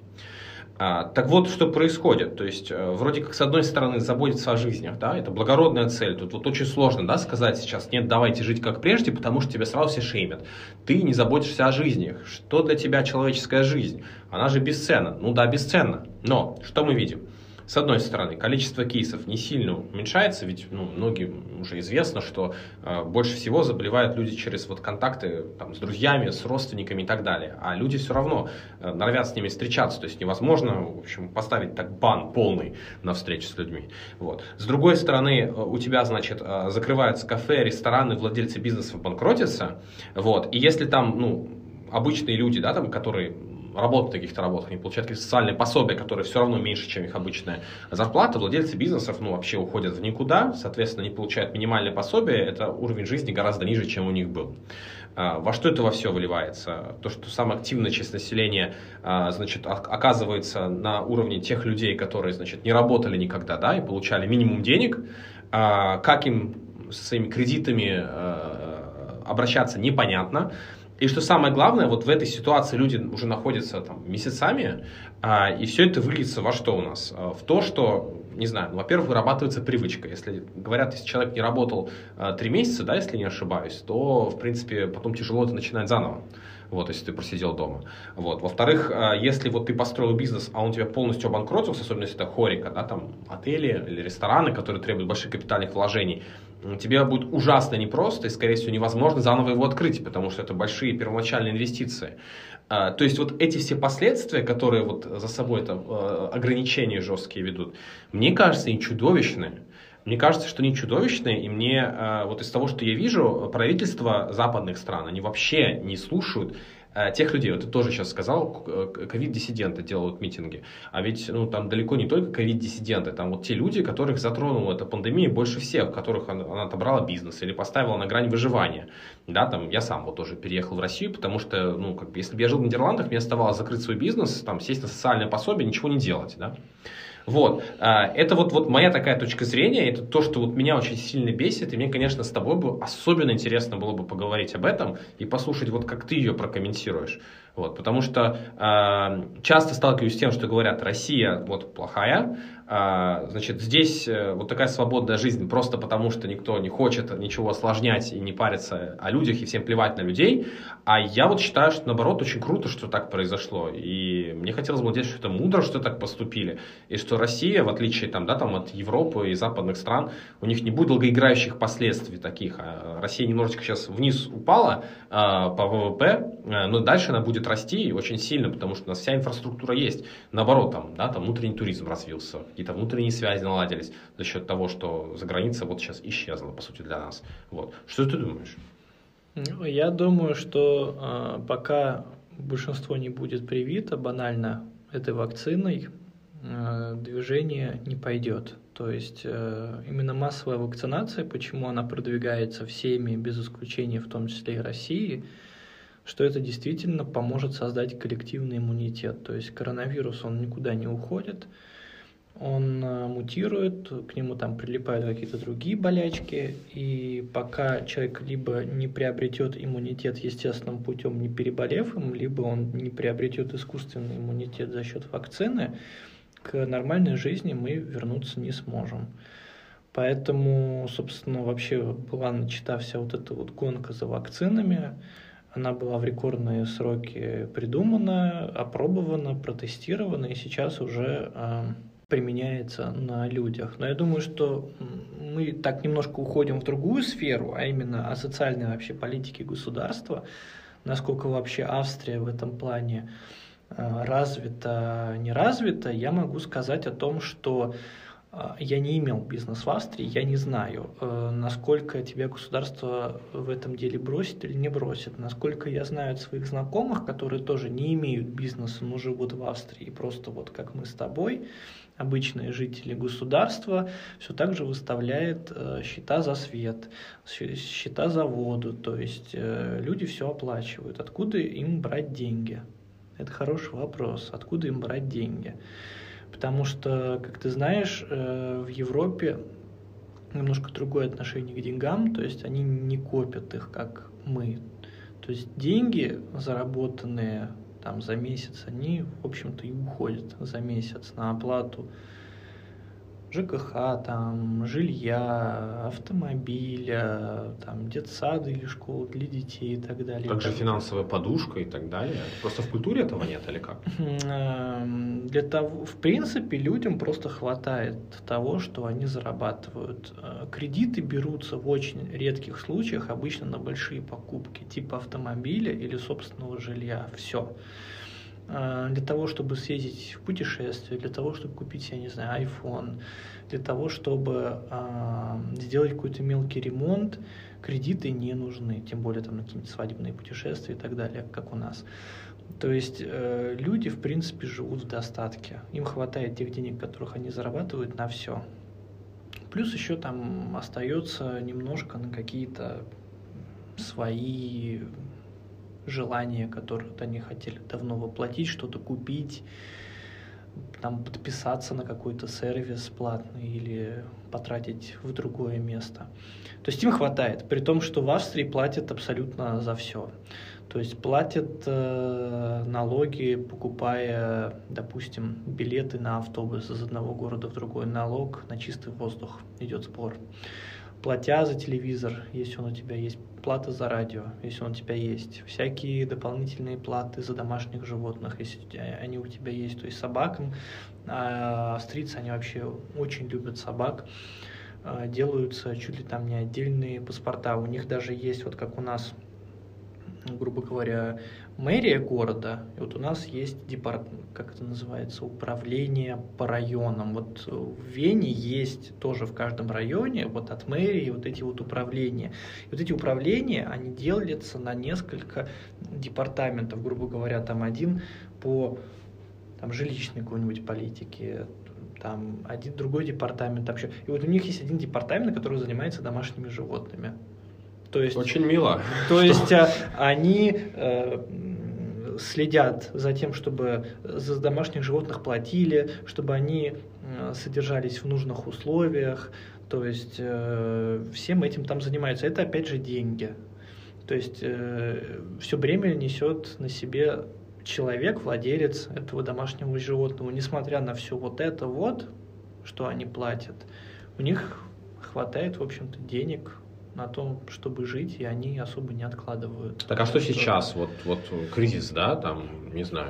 Так вот, что происходит, то есть, вроде как, с одной стороны, заботиться о жизнях, да, это благородная цель, тут вот очень сложно, да, сказать сейчас, нет, давайте жить как прежде, потому что тебя сразу все шеймят, ты не заботишься о жизнях, что для тебя человеческая жизнь, она же бесценна, ну да, бесценна, но что мы видим? С одной стороны, количество кейсов не сильно уменьшается, ведь многим уже известно, что больше всего заболевают люди через контакты там, с друзьями, с родственниками и так далее. А люди все равно норовят с ними встречаться, то есть невозможно, в общем, поставить так бан полный на встречу с людьми. С другой стороны, у тебя, значит, закрываются кафе, рестораны, владельцы бизнесов банкротятся, и если там, обычные люди, да, там, которые работают в каких-то работах, они получают какие-то социальные пособия, которые все равно меньше, чем их обычная зарплата, владельцы бизнесов, вообще уходят в никуда, соответственно, не получают минимальное пособие, это уровень жизни гораздо ниже, чем у них был. Во что это во все выливается? То, что самая активная часть населения, значит, оказывается на уровне тех людей, которые, значит, не работали никогда, да, и получали минимум денег, как им со своими кредитами обращаться, непонятно. И что самое главное, вот в этой ситуации люди уже находятся там месяцами, и все это выльется во что у нас? В то, что, не знаю, во-первых, вырабатывается привычка. Если говорят, если человек не работал 3 месяца, да, если не ошибаюсь, то, в принципе, потом тяжело это начинать заново. Если ты просидел дома. Во-вторых, если ты построил бизнес, а он у тебя полностью обанкротился, особенно если это хорика, да, там отели или рестораны, которые требуют больших капитальных вложений, тебе будет ужасно непросто и, скорее всего, невозможно заново его открыть, потому что это большие первоначальные инвестиции. То есть эти все последствия, которые за собой это ограничения жесткие ведут, мне кажется, они чудовищные. Мне кажется, что они чудовищные, и мне из того, что я вижу, правительства западных стран, они вообще не слушают тех людей. Ты тоже сейчас сказал, ковид-диссиденты делают митинги. А ведь там далеко не только ковид-диссиденты, там те люди, которых затронула эта пандемия больше всех, которых она отобрала бизнес или поставила на грань выживания. Да, там я сам тоже переехал в Россию, потому что, если бы я жил в Нидерландах, мне оставалось закрыть свой бизнес, там, сесть на социальное пособие, ничего не делать, да. Это моя такая точка зрения, это то, что меня очень сильно бесит, и мне, конечно, с тобой бы особенно интересно было бы поговорить об этом и послушать, как ты ее прокомментируешь. Потому что часто сталкиваюсь с тем, что говорят, Россия плохая, значит, здесь такая свободная жизнь просто потому, что никто не хочет ничего осложнять и не париться о людях, и всем плевать на людей. А я считаю, что наоборот очень круто, что так произошло. И мне хотелось бы надеяться, что это мудро, что так поступили. И что Россия, в отличие от Европы и западных стран, у них не будет долгоиграющих последствий таких. Россия немножечко сейчас вниз упала по ВВП, но дальше она будет расти очень сильно, потому что у нас вся инфраструктура есть. Наоборот, там внутренний туризм развился, какие-то внутренние связи наладились за счет того, что за граница сейчас исчезла, по сути, для нас. Что ты думаешь? Я думаю, что пока большинство не будет привито банально этой вакциной, движение не пойдет. То есть именно массовая вакцинация, почему она продвигается всеми, без исключения, в том числе и России, что это действительно поможет создать коллективный иммунитет. То есть коронавирус, он никуда не уходит, он мутирует, к нему там прилипают какие-то другие болячки, и пока человек либо не приобретет иммунитет естественным путем, не переболев им, либо он не приобретет искусственный иммунитет за счет вакцины, к нормальной жизни мы вернуться не сможем. Поэтому, собственно, вообще была начата вся вот эта вот гонка за вакцинами. Она была в рекордные сроки придумана, опробована, протестирована и сейчас уже применяется на людях. Но я думаю, что мы так немножко уходим в другую сферу, а именно о социальной вообще политике государства, насколько вообще Австрия в этом плане развита, не развита. Я могу сказать о том, что я не имел бизнес в Австрии, я не знаю, насколько тебя государство в этом деле бросит или не бросит. Насколько я знаю от своих знакомых, которые тоже не имеют бизнеса, но живут в Австрии, просто вот как мы с тобой, обычные жители государства, все так же выставляет счета за свет, счета за воду, то есть люди все оплачивают. Откуда им брать деньги? Это хороший вопрос. Откуда им брать деньги? Потому что, как ты знаешь, в Европе немножко другое отношение к деньгам, то есть они не копят их, как мы. То есть деньги, заработанные там за месяц, они, в общем-то, и уходят за месяц на оплату ЖКХ, там, жилья, автомобиля, там, детсада или школы для детей и так далее. Также финансовая подушка и так далее. Просто в культуре этого нет или как? Для того, в принципе, людям просто хватает того, что они зарабатывают. Кредиты берутся в очень редких случаях, обычно на большие покупки, типа автомобиля или собственного жилья. Все. Для того, чтобы съездить в путешествие, для того, чтобы купить, я не знаю, iPhone, для того, чтобы сделать какой-то мелкий ремонт, кредиты не нужны, тем более там на какие-нибудь свадебные путешествия и так далее, как у нас. То есть люди, в принципе, живут в достатке. Им хватает тех денег, которых они зарабатывают, на все. Плюс еще там остается немножко на какие-то свои желания, которые они хотели давно воплотить, что-то купить, там, подписаться на какой-то сервис платный или потратить в другое место. То есть им хватает, при том, что в Австрии платят абсолютно за все. То есть платят налоги, покупая, допустим, билеты на автобус из одного города в другой, налог на чистый воздух, идет сбор. Платя за телевизор, если он у тебя есть, плата за радио, если он у тебя есть, всякие дополнительные платы за домашних животных, если они у тебя есть, то есть собакам, австрийцы, они вообще очень любят собак, делаются чуть ли там не отдельные паспорта, у них даже есть, вот как у нас, грубо говоря, мэрия города, и вот у нас есть как это называется, управление по районам. Вот в Вене есть тоже в каждом районе вот от мэрии вот эти вот управления. И вот эти управления, они делятся на несколько департаментов, грубо говоря, там один по там, жилищной какой-нибудь политике, там один другой департамент. Там еще. И вот у них есть один департамент, который занимается домашними животными. То есть, очень мило. То есть они следят за тем, чтобы за домашних животных платили, чтобы они содержались в нужных условиях. То есть всем этим там занимаются. Это опять же деньги. То есть все бремя несет на себе человек, владелец этого домашнего животного. Несмотря на все вот это вот, что они платят, у них хватает, в общем-то, денег на том, чтобы жить, и они особо не откладывают. Так а что сейчас? Вот кризис, да, там, не знаю.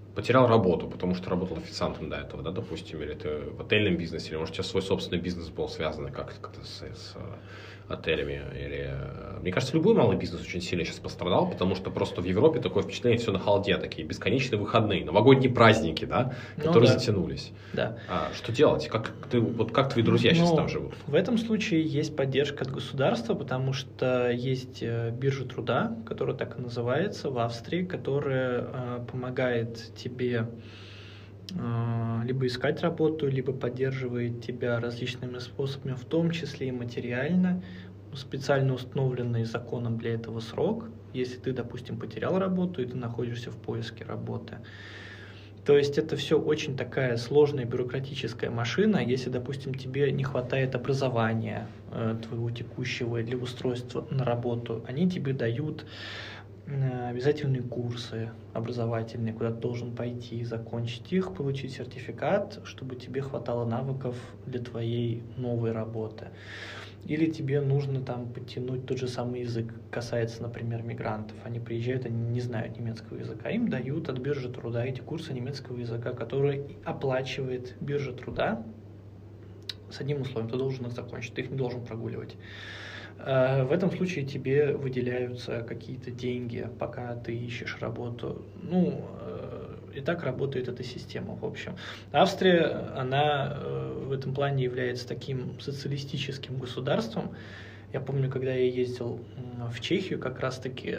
потерял работу, потому что работал официантом до этого, да, допустим, или ты в отельном бизнесе, или, может, у тебя свой собственный бизнес был связан как-то с отелями, или... Мне кажется, любой малый бизнес очень сильно сейчас пострадал, потому что просто в Европе такое впечатление, все на халде, такие бесконечные выходные, новогодние праздники, да, которые затянулись. Да. Что делать? Как твои друзья сейчас там живут? В этом случае есть поддержка от государства, потому что есть биржа труда, которая так и называется в Австрии, которая помогает тебе либо искать работу, либо поддерживает тебя различными способами, в том числе и материально, специально установленный законом для этого срок, если ты, допустим, потерял работу и ты находишься в поиске работы. То есть это все очень такая сложная бюрократическая машина. Если, допустим, тебе не хватает образования твоего текущего для устройства на работу, они тебе дают обязательные курсы образовательные, куда ты должен пойти, закончить их, получить сертификат, чтобы тебе хватало навыков для твоей новой работы. Или тебе нужно там подтянуть тот же самый язык, касается, например, мигрантов. Они приезжают, они не знают немецкого языка, им дают от биржи труда эти курсы немецкого языка, которые оплачивает биржа труда с одним условием: ты должен их закончить, ты их не должен прогуливать. В этом случае тебе выделяются какие-то деньги, пока ты ищешь работу. И так работает эта система, в общем. Австрия, она в этом плане является таким социалистическим государством. Я помню, когда я ездил в Чехию, как раз-таки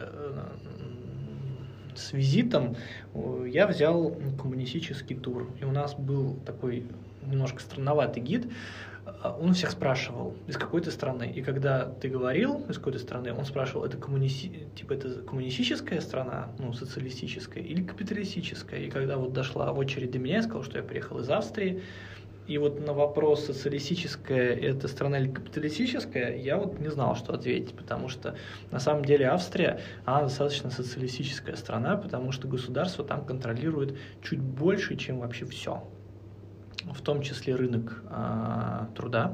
с визитом, я взял коммунистический тур. И у нас был такой немножко странноватый гид. Он всех спрашивал, из какой ты страны. И когда ты говорил, из какой ты страны, он спрашивал, это коммунистическая страна, социалистическая, или капиталистическая. И когда вот дошла очередь до меня, я сказал, что я приехал из Австрии. И вот на вопрос, социалистическая это страна или капиталистическая, я вот не знал, что ответить, потому что на самом деле Австрия, она достаточно социалистическая страна, потому что государство там контролирует чуть больше, чем вообще все. В том числе рынок труда,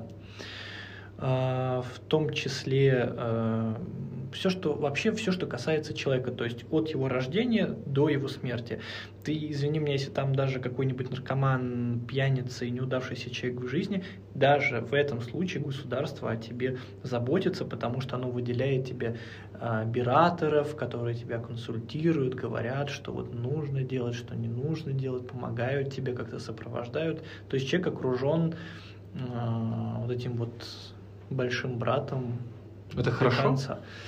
в том числе все, что касается человека, то есть от его рождения до его смерти. Ты, извини меня, если там даже какой-нибудь наркоман, пьяница и неудавшийся человек в жизни, даже в этом случае государство о тебе заботится, потому что оно выделяет тебе операторов, которые тебя консультируют, говорят, что вот нужно делать, что не нужно делать, помогают тебе, как-то сопровождают. То есть человек окружен вот этим вот большим братом. Это хорошо?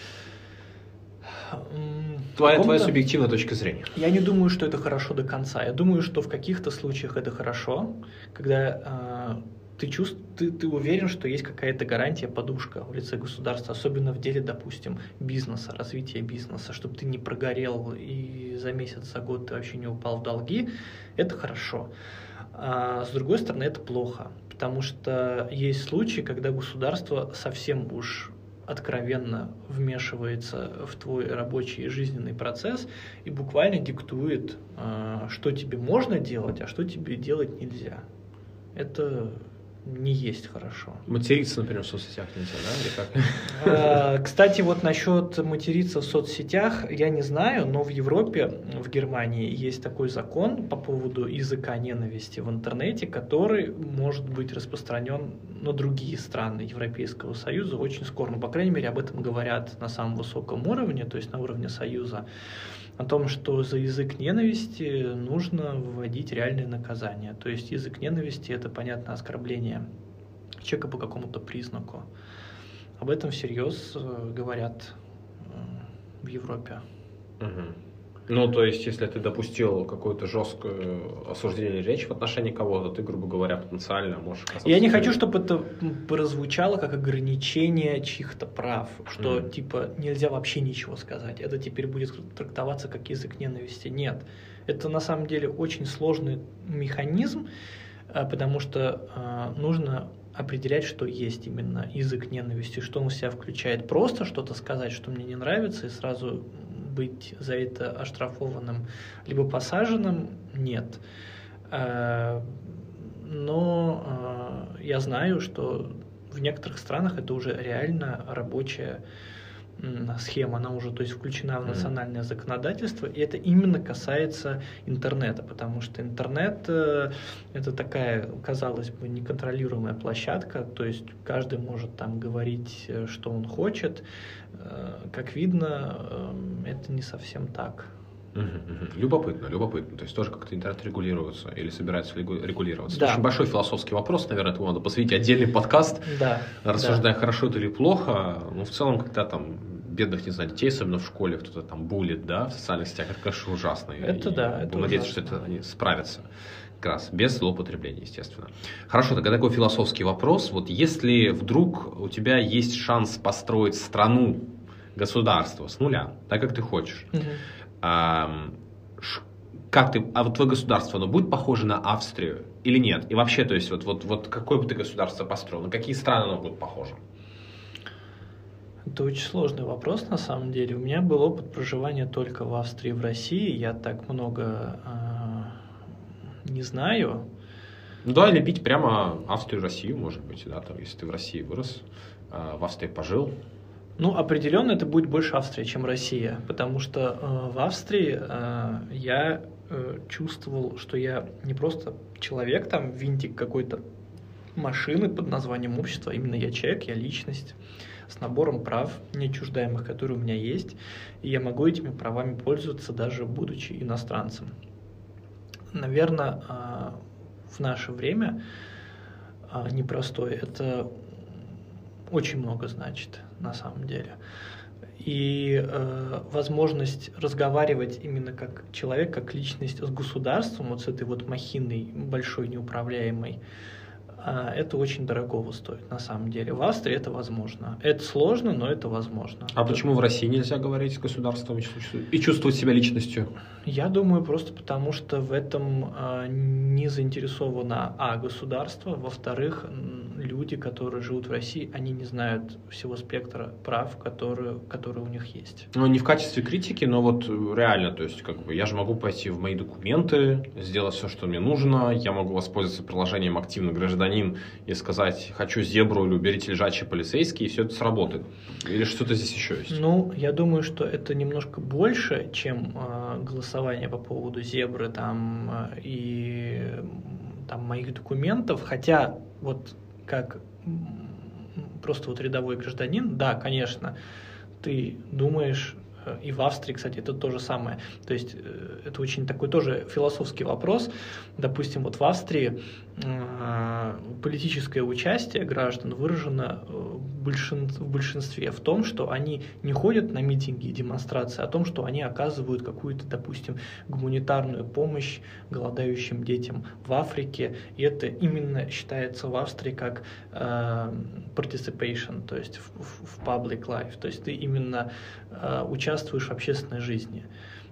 Твоя субъективная точка зрения. Я не думаю, что это хорошо до конца. Я думаю, что в каких-то случаях это хорошо, когда ты уверен, что есть какая-то гарантия, подушка в лице государства, особенно в деле, допустим, бизнеса, развития бизнеса, чтобы ты не прогорел и за месяц, за год ты вообще не упал в долги. Это хорошо. А с другой стороны, это плохо, потому что есть случаи, когда государство совсем уж откровенно вмешивается в твой рабочий и жизненный процесс и буквально диктует, что тебе можно делать, а что тебе делать нельзя. Это не есть хорошо. Материться, например, в соцсетях нельзя, да? Или как? Кстати, вот насчет материться в соцсетях, я не знаю, но в Европе, в Германии есть такой закон по поводу языка ненависти в интернете, который может быть распространен на другие страны Европейского Союза очень скоро. Ну, по крайней мере, об этом говорят на самом высоком уровне, то есть на уровне Союза, о том, что за язык ненависти нужно вводить реальные наказания. То есть язык ненависти – это, понятно, оскорбление человека по какому-то признаку. Об этом всерьез говорят в Европе. Ну, то есть, если ты допустил какое-то жесткое осуждение речи в отношении кого-то, ты, грубо говоря, потенциально можешь... Я не хочу, чтобы это прозвучало как ограничение чьих-то прав, что, типа, нельзя вообще ничего сказать. Это теперь будет трактоваться как язык ненависти. Нет. Это, на самом деле, очень сложный механизм, потому что нужно определять, что есть именно язык ненависти, что он в себя включает. Просто что-то сказать, что мне не нравится, и сразу быть за это оштрафованным либо посаженным, нет. Но я знаю, что в некоторых странах это уже реально рабочая схема, она уже, то есть, включена в национальное законодательство, и это именно касается интернета, потому что интернет это такая, казалось бы, неконтролируемая площадка, то есть каждый может там говорить, что он хочет. Как видно, это не совсем так. Любопытно. То есть тоже как-то интернет регулируется или собирается регулироваться. Да. Это очень большой философский вопрос, наверное, этому надо посвятить отдельный подкаст, рассуждая, хорошо это или плохо. Ну, в целом, когда там бедных, не знаю, детей, особенно в школе, кто-то там булит, да, в социальных сетях, это, конечно, ужасно. Это Будем надеяться, что это они справятся. Как раз, без злоупотребления, естественно. Хорошо, тогда такой философский вопрос. Вот если вдруг у тебя есть шанс построить страну, государство с нуля, так как ты хочешь, как ты, вот твое государство, оно будет похоже на Австрию или нет? И вообще, то есть, вот какое бы ты государство построил, на какие страны оно будет похоже? Это очень сложный вопрос, на самом деле. У меня был опыт проживания только в Австрии и в России. Я так много не знаю. Ну, давай лепить прямо Австрию и Россию, может быть, да, там, если ты в России вырос, в Австрии пожил. Ну, определенно это будет больше Австрия, чем Россия, потому что в Австрии я чувствовал, что я не просто человек, там, винтик какой-то машины под названием общество, именно я человек, я личность с набором прав, неотчуждаемых, которые у меня есть, и я могу этими правами пользоваться, даже будучи иностранцем. Наверное, в наше время непростое, это очень много значит на самом деле. И возможность разговаривать именно как человек, как личность с государством, вот с этой вот махиной большой, неуправляемой, это очень дорогого стоит на самом деле. В Австрии это возможно. Это сложно, но это возможно. А почему в России нельзя говорить с государством и чувствовать себя личностью? Я думаю, просто потому что в этом не заинтересовано государство, во-вторых, люди, которые живут в России, они не знают всего спектра прав, которые у них есть. Ну, не в качестве критики, но вот реально, то есть, как бы, я же могу пойти в мои документы, сделать все, что мне нужно, я могу воспользоваться приложением «Активный гражданин» и сказать «хочу зебру» или «уберите лежачие полицейские», и все это сработает. Или что-то здесь еще есть? Ну, я думаю, что это немножко больше, чем голосование по поводу зебры там, и там, моих документов, хотя вот как просто вот рядовой гражданин, да, конечно, ты думаешь, и в Австрии, кстати, это то же самое. То есть это очень такой тоже философский вопрос. Допустим, вот в Австрии политическое участие граждан выражено в большинстве в том, что они не ходят на митинги и демонстрации, а в том, что они оказывают какую-то, допустим, гуманитарную помощь голодающим детям в Африке. И это именно считается в Австрии как participation, то есть в public life. То есть ты именно участвуешь в общественной жизни.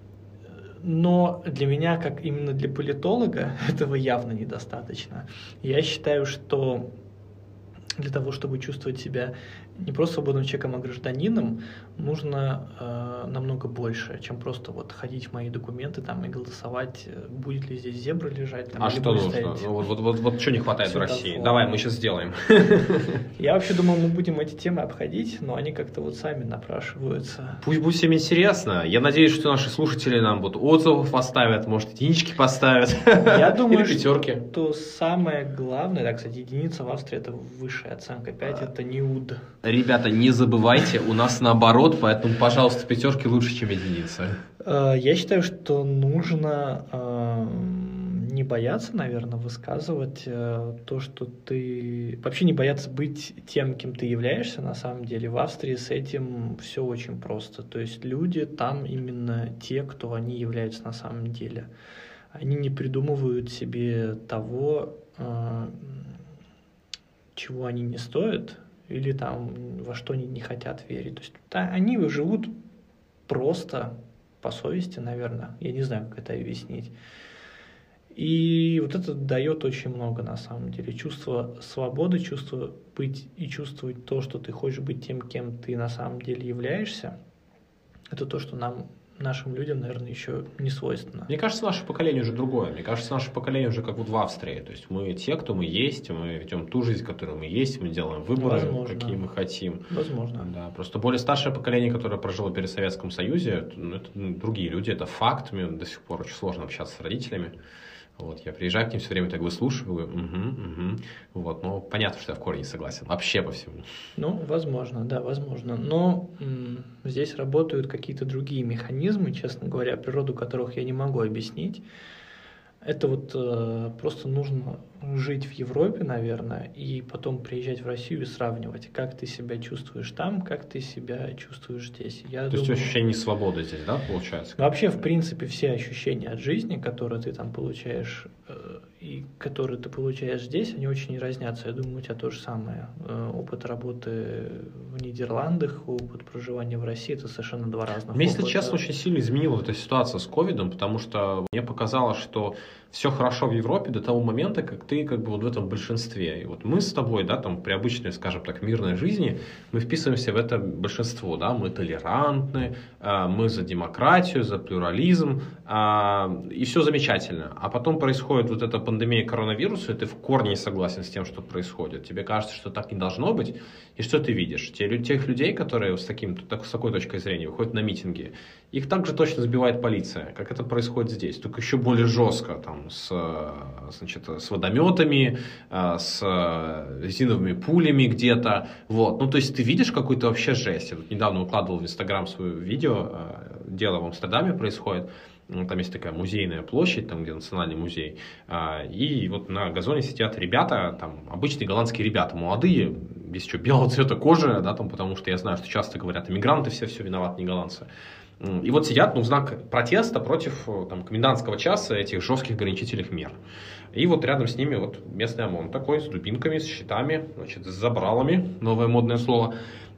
Но для меня, как именно для политолога, этого явно недостаточно. Я считаю, что для того, чтобы чувствовать себя не просто свободным человеком, а гражданином, нужно намного больше, чем просто вот ходить в мои документы там, и голосовать, будет ли здесь зебра лежать. Там, что нужно? Ну, вот что не хватает в России? Давай, мы сейчас сделаем. Я вообще думал, мы будем эти темы обходить, но они как-то вот сами напрашиваются. Пусть будет всем интересно. Я надеюсь, что наши слушатели нам вот отзывов поставят, может, единички поставят. Я думаю, или пятерки. Что самое главное, да, кстати, единица в Австрии — это высшая оценка, 5 это НИУД. Ребята, не забывайте, у нас наоборот, поэтому, пожалуйста, пятерки лучше, чем единица. Я считаю, что нужно не бояться, наверное, высказывать то, что ты... Вообще не бояться быть тем, кем ты являешься на самом деле. В Австрии с этим все очень просто. То есть люди там именно те, кто они являются на самом деле. Они не придумывают себе того, чего они не стоят, или там во что они не хотят верить. То есть они живут просто по совести, наверное. Я не знаю, как это объяснить. И вот это дает очень много на самом деле. Чувство свободы, чувство быть и чувствовать то, что ты хочешь быть тем, кем ты на самом деле являешься. Это то, что нам нашим людям, наверное, еще не свойственно. Мне кажется, наше поколение уже другое. Мне кажется, наше поколение уже как вот в Австрии. То есть мы те, кто мы есть, мы ведем ту жизнь, которую мы есть, мы делаем выборы, какие мы хотим. Возможно. Да, просто более старшее поколение, которое прожило при Советском Союзе, это другие люди, это факт. Мне до сих пор очень сложно общаться с родителями. Вот, я приезжаю к ним все время, так выслушиваю, вот, но понятно, что я в корне не согласен, вообще по всему. Ну, возможно, да, возможно, но здесь работают какие-то другие механизмы, честно говоря, природу которых я не могу объяснить. Это вот просто нужно жить в Европе, наверное, и потом приезжать в Россию и сравнивать, как ты себя чувствуешь там, как ты себя чувствуешь здесь. То есть ощущение свободы здесь, да, получается? Вообще, в принципе, все ощущения от жизни, которые ты там получаешь и которые ты получаешь здесь, они очень не разнятся. Я думаю, у тебя то же самое. Опыт работы в Нидерландах, опыт проживания в России – это совершенно два разных опыта. Если честно, очень сильно изменила эта ситуация с ковидом, потому что мне показалось, что все хорошо в Европе до того момента, как ты как бы вот в этом большинстве. И вот мы с тобой, да, там при обычной, скажем так, мирной жизни, мы вписываемся в это большинство, да, мы толерантны, мы за демократию, за плюрализм, и все замечательно. А потом происходит вот эта пандемия коронавируса, и ты в корне не согласен с тем, что происходит. Тебе кажется, что так не должно быть, и что ты видишь? Тех людей, которые с такой точкой зрения выходят на митинги, их также точно сбивает полиция, как это происходит здесь, только еще более жестко, там, с водометами, с резиновыми пулями где-то, вот. Ну, то есть ты видишь какую-то вообще жесть. Я тут недавно укладывал в Инстаграм свое видео, дело в Амстердаме происходит. Там есть такая музейная площадь, там где национальный музей, и вот на газоне сидят ребята, там обычные голландские ребята, молодые, без еще белого цвета кожи, да, там, потому что я знаю, что часто говорят, иммигранты все виноваты, не голландцы. И вот сидят, в знак протеста против там, комендантского часа этих жестких ограничительных мер. И вот рядом с ними вот местный ОМОН такой, с дубинками, с щитами, значит, с забралами, новое модное слово.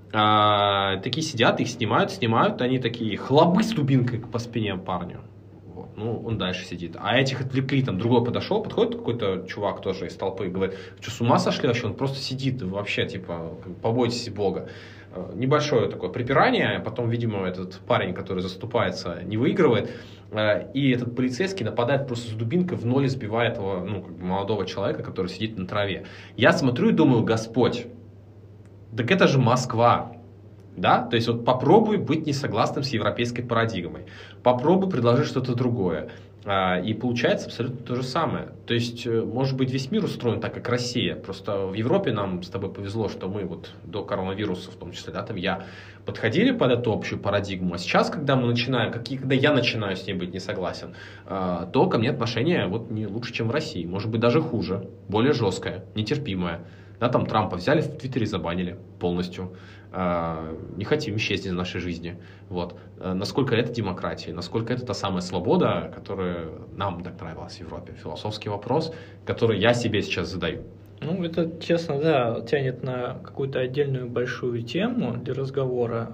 Такие сидят, их снимают, они такие хлобы с дубинкой по спине парню. Вот. Ну, он дальше сидит. А этих отвлекли, там другой подходит какой-то чувак тоже из толпы и говорит, что с ума сошли вообще, он просто сидит, вообще, типа, побойтесь Бога. Небольшое такое припирание, потом, видимо, этот парень, который заступается, не выигрывает, и этот полицейский нападает просто с дубинкой, в ноль сбивает этого молодого человека, который сидит на траве. Я смотрю и думаю, Господь, так это же Москва. Да? То есть вот попробуй быть несогласным с европейской парадигмой, попробуй предложить что-то другое. И получается абсолютно то же самое. То есть, может быть, весь мир устроен так, как Россия. Просто в Европе нам с тобой повезло, что мы вот до коронавируса, в том числе, да, там я подходили под эту общую парадигму. А сейчас, когда когда я начинаю с ней быть не согласен, то ко мне отношение вот не лучше, чем в России. Может быть, даже хуже, более жесткое, нетерпимое. Да, там Трампа взяли, в Твиттере забанили полностью. Не хотим исчезнуть из нашей жизни. Вот. Насколько это демократия, насколько это та самая свобода, которая нам так нравилась в Европе. Философский вопрос, который я себе сейчас задаю. Ну, это, честно, да, тянет на какую-то отдельную большую тему для разговора,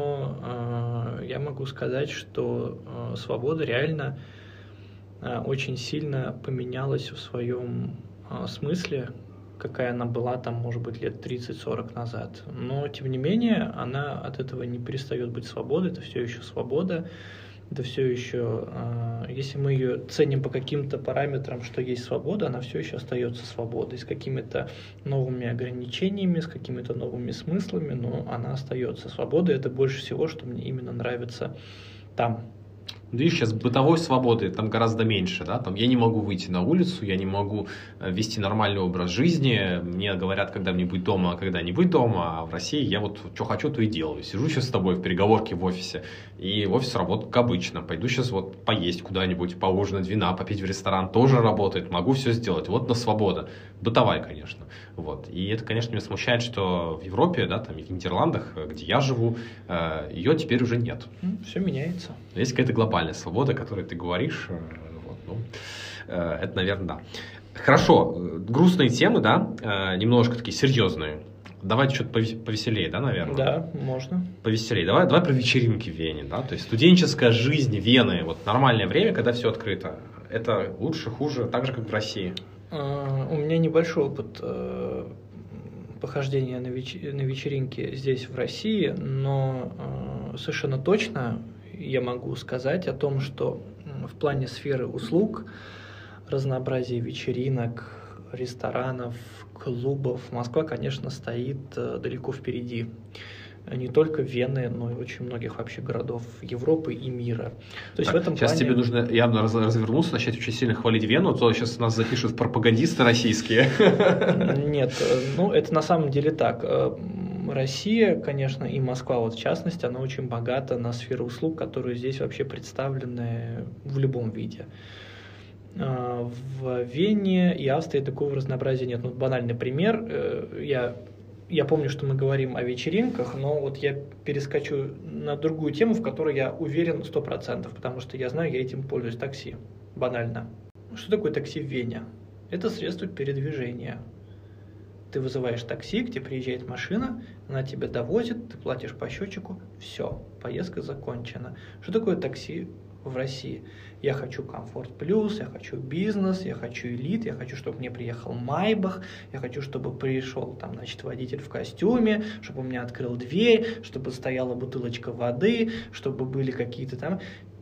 но я могу сказать, что свобода реально очень сильно поменялась в своем смысле, какая она была там, может быть, лет 30-40 назад. Но, тем не менее, она от этого не перестает быть свободой, это все еще свобода, это все еще, если мы ее ценим по каким-то параметрам, что есть свобода, она все еще остается свободой, с какими-то новыми ограничениями, с какими-то новыми смыслами, но она остается свободой. Это больше всего, что мне именно нравится там. Видишь, сейчас бытовой свободы там гораздо меньше, да, там я не могу выйти на улицу, я не могу вести нормальный образ жизни, мне говорят, когда мне быть дома, а когда не быть дома, а в России я вот что хочу, то и делаю, сижу сейчас с тобой в переговорке в офисе, и офис работает как обычно, пойду сейчас вот поесть куда-нибудь, поужинать, вина, попить в ресторан, тоже работает, могу все сделать, вот на свобода, бытовая, конечно, вот, и это, конечно, меня смущает, что в Европе, да, там и в Нидерландах, где я живу, ее теперь уже нет. Все меняется. Есть какая-то глобальная свобода, о которой ты говоришь, вот, ну, это, наверное, да. Хорошо, грустные темы, да, немножко такие серьезные. Давайте что-то повеселее, да, наверное? Да, можно. Повеселее. Давай про вечеринки в Вене, да, то есть студенческая жизнь Вены, вот нормальное время, когда все открыто, это лучше, хуже, так же, как в России? У меня небольшой опыт похождения на вечеринки здесь, в России, но совершенно точно я могу сказать о том, что в плане сферы услуг, разнообразия вечеринок, ресторанов, клубов Москва, конечно, стоит далеко впереди. Не только Вены, но и очень многих вообще городов Европы и мира. То есть так, в этом сейчас плане... тебе нужно явно развернуться, начать очень сильно хвалить Вену, то сейчас нас запишут пропагандисты российские. Нет, это на самом деле так. Россия, конечно, и Москва, вот в частности, она очень богата на сферу услуг, которые здесь вообще представлены в любом виде. В Вене и Австрии такого разнообразия нет. Банальный пример. Я помню, что мы говорим о вечеринках, но вот я перескочу на другую тему, в которой я уверен 100%, потому что я знаю, я этим пользуюсь, такси. Банально. Что такое такси в Вене? Это средство передвижения. Ты вызываешь такси, к тебе приезжает машина, она тебя довозит, ты платишь по счетчику, все, поездка закончена. Что такое такси в России? Я хочу комфорт плюс, я хочу бизнес, я хочу элит, я хочу, чтобы мне приехал Майбах, я хочу, чтобы пришел водитель в костюме, чтобы он мне открыл дверь, чтобы стояла бутылочка воды, чтобы были какие-то там...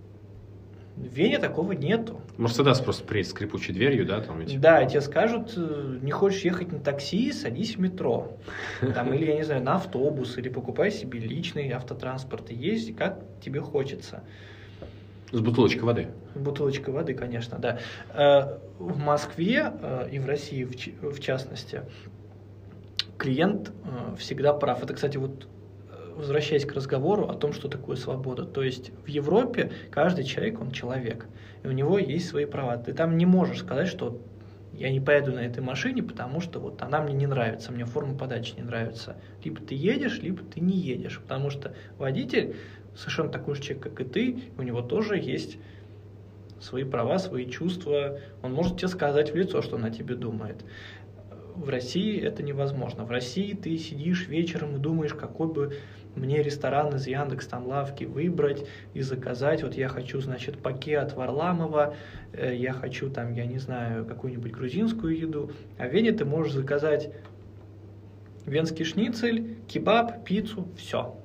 В Вене такого нету. Мерседес просто приедет с скрипучей дверью, да? Да, тебе скажут, не хочешь ехать на такси, садись в метро. Или, я не знаю, на автобус, или покупай себе личный автотранспорт и езди, как тебе хочется. С бутылочкой воды. Бутылочка воды, конечно, да. В Москве и в России, в частности, клиент всегда прав. Это, кстати, возвращаясь к разговору о том, что такое свобода. То есть в Европе каждый человек, он человек, и у него есть свои права. Ты там не можешь сказать, что я не поеду на этой машине, потому что она мне не нравится, мне форма подачи не нравится. Либо ты едешь, либо ты не едешь, потому что водитель совершенно такой же человек, как и ты, у него тоже есть свои права, свои чувства. Он может тебе сказать в лицо, что он о тебе думает. В России это невозможно. В России ты сидишь вечером и думаешь, какой бы мне ресторан из Яндекс.Лавки выбрать и заказать. Вот я хочу, паке от Варламова, я хочу я не знаю, какую-нибудь грузинскую еду. А в Вене ты можешь заказать венский шницель, кебаб, пиццу, все.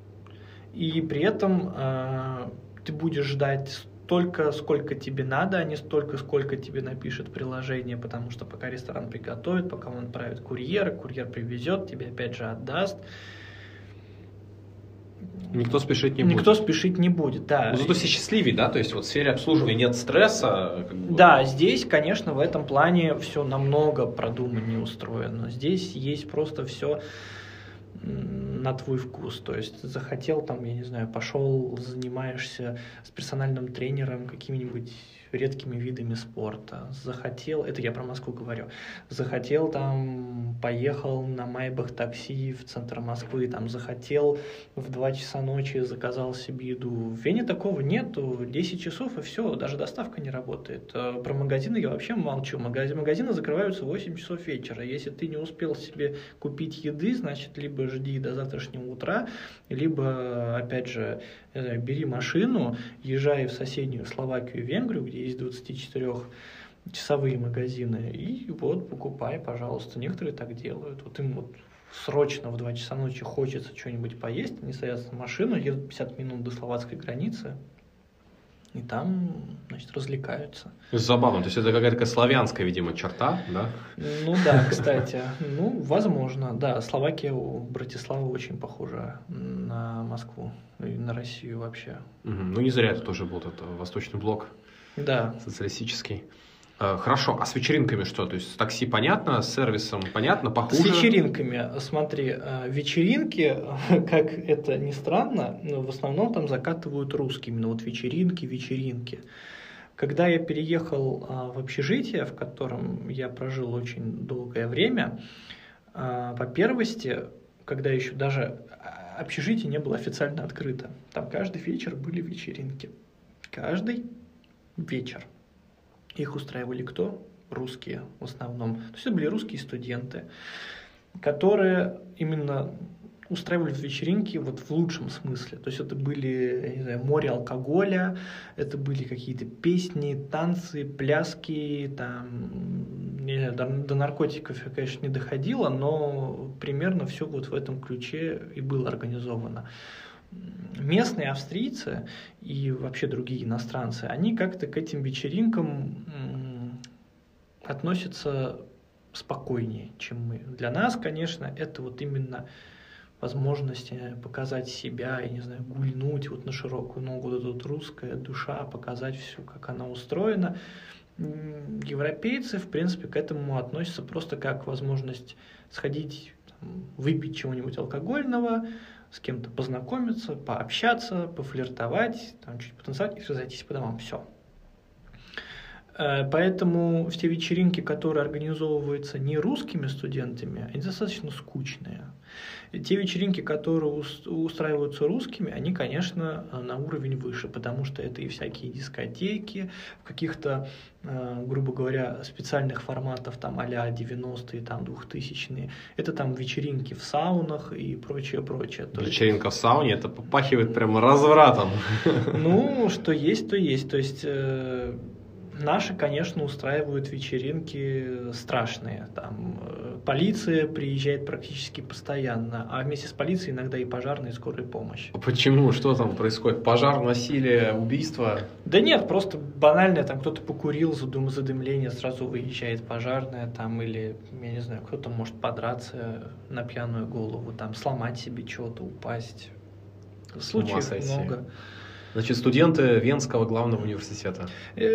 И при этом ты будешь ждать столько, сколько тебе надо, а не столько, сколько тебе напишет приложение, потому что пока ресторан приготовит, пока он отправит курьер привезет, тебе опять же отдаст. Никто спешить не будет. Никто спешить не будет, да. Но зато все счастливее, да? То есть в сфере обслуживания нет стресса. Да, здесь, конечно, в этом плане все намного продуманнее устроено. Здесь есть просто все на твой вкус. То есть захотел я не знаю, пошел, занимаешься с персональным тренером какими-нибудь редкими видами спорта. Захотел, это я про Москву говорю, захотел поехал на Майбах такси в центр Москвы, захотел в 2 часа ночи заказал себе еду. В Вене такого нету, 10 часов и все, даже доставка не работает. Про магазины я вообще молчу. Магазины закрываются в 8 часов вечера. Если ты не успел себе купить еды, значит, либо жди до завтрашнего утра, либо, опять же, бери машину, езжай в соседнюю Словакию и Венгрию, где есть 24-часовые магазины, и покупай, пожалуйста. Некоторые так делают. Им срочно в 2 часа ночи хочется что-нибудь поесть, они садятся в машину, едут 50 минут до словацкой границы, и там, развлекаются. Забавно, то есть это какая-то славянская, видимо, черта, да? Да, кстати, возможно, да. Словакия у Братиславы очень похожа на Москву и на Россию вообще. Не зря это тоже был этот Восточный блок. Да. Социалистический. Хорошо, а с вечеринками что? То есть с такси понятно, с сервисом понятно, похуже? С вечеринками, смотри, вечеринки, как это ни странно, в основном там закатывают русские, именно вечеринки. Когда я переехал в общежитие, в котором я прожил очень долгое время, по первости, когда еще даже общежитие не было официально открыто, там каждый вечер были вечеринки. Каждый вечер. Их устраивали кто? Русские в основном. То есть это были русские студенты, которые именно устраивали вечеринки в лучшем смысле. То есть это были, я не знаю, море алкоголя, это были какие-то песни, танцы, пляски, не знаю, до наркотиков я, конечно, не доходило, но примерно все в этом ключе и было организовано. местные австрийцы и вообще другие иностранцы, они как-то к этим вечеринкам относятся спокойнее, чем мы. Для нас, конечно, это вот именно возможность показать себя, я не знаю, гульнуть вот на широкую ногу, тут русская душа, показать все, как она устроена. Европейцы, в принципе, к этому относятся просто как возможность сходить, выпить чего-нибудь алкогольного, с кем-то познакомиться, пообщаться, пофлиртовать, там, чуть потанцевать и разойтись по домам. Все. Поэтому все вечеринки, которые организовываются не русскими студентами, они достаточно скучные. И те вечеринки, которые устраиваются русскими, они, конечно, на уровень выше, потому что это и всякие дискотеки, в каких-то, грубо говоря, специальных форматов, там, а-ля 90-е, там, 2000-е. Это там вечеринки в саунах и прочее. Вечеринка в сауне, это попахивает прямо развратом. Ну, что есть, то есть. То есть... Наши, конечно, устраивают вечеринки страшные. Там полиция приезжает практически постоянно, а вместе с полицией иногда и пожарная, и скорая помощь. Почему? Что там происходит? Пожар, насилие, убийство? Да нет, просто банально, там кто-то покурил, задымление, сразу выезжает пожарная, там, или, я не знаю, кто-то может подраться на пьяную голову, там, сломать себе что-то, упасть. Случаев много. Значит, студенты Венского главного университета.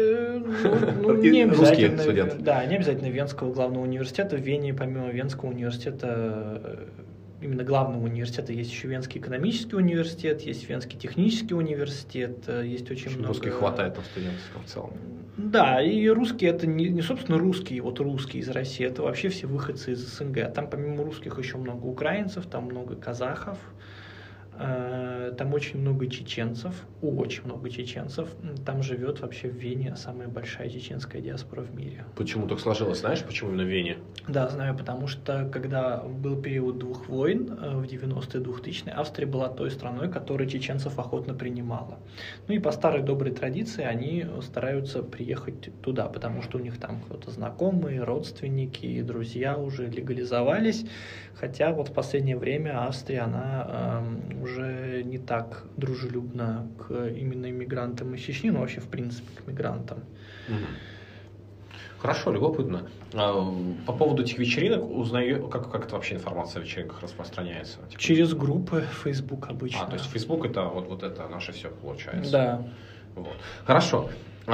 Не обязательно. Русские студенты. Да, не обязательно Венского главного университета. В Вене, помимо Венского университета, именно главного университета, есть еще Венский экономический университет, есть Венский технический университет, есть очень много... Русских хватает там студентов в целом. Да, и русские это не собственно русские, вот русские из России, это вообще все выходцы из СНГ. Там помимо русских еще много украинцев, там много казахов. Там очень много чеченцев, очень много чеченцев. Там живет вообще в Вене самая большая чеченская диаспора в мире. Почему так сложилось? Знаешь, почему именно в Вене? Да, знаю, потому что когда был период двух войн, в 90-е, 2000-е, Австрия была той страной, которая чеченцев охотно принимала. Ну и по старой доброй традиции они стараются приехать туда, потому что у них там кто-то знакомые, родственники и друзья уже легализовались. Хотя вот в последнее время Австрия, она уже не так дружелюбна к именно иммигрантам из Чечни, но вообще в принципе к мигрантам. Хорошо, любопытно. По поводу этих вечеринок узнаю, как это вообще информация о вечеринках распространяется? Типа, через группы Facebook обычно. То есть Facebook это вот это наше все получается. Да. Вот. Хорошо.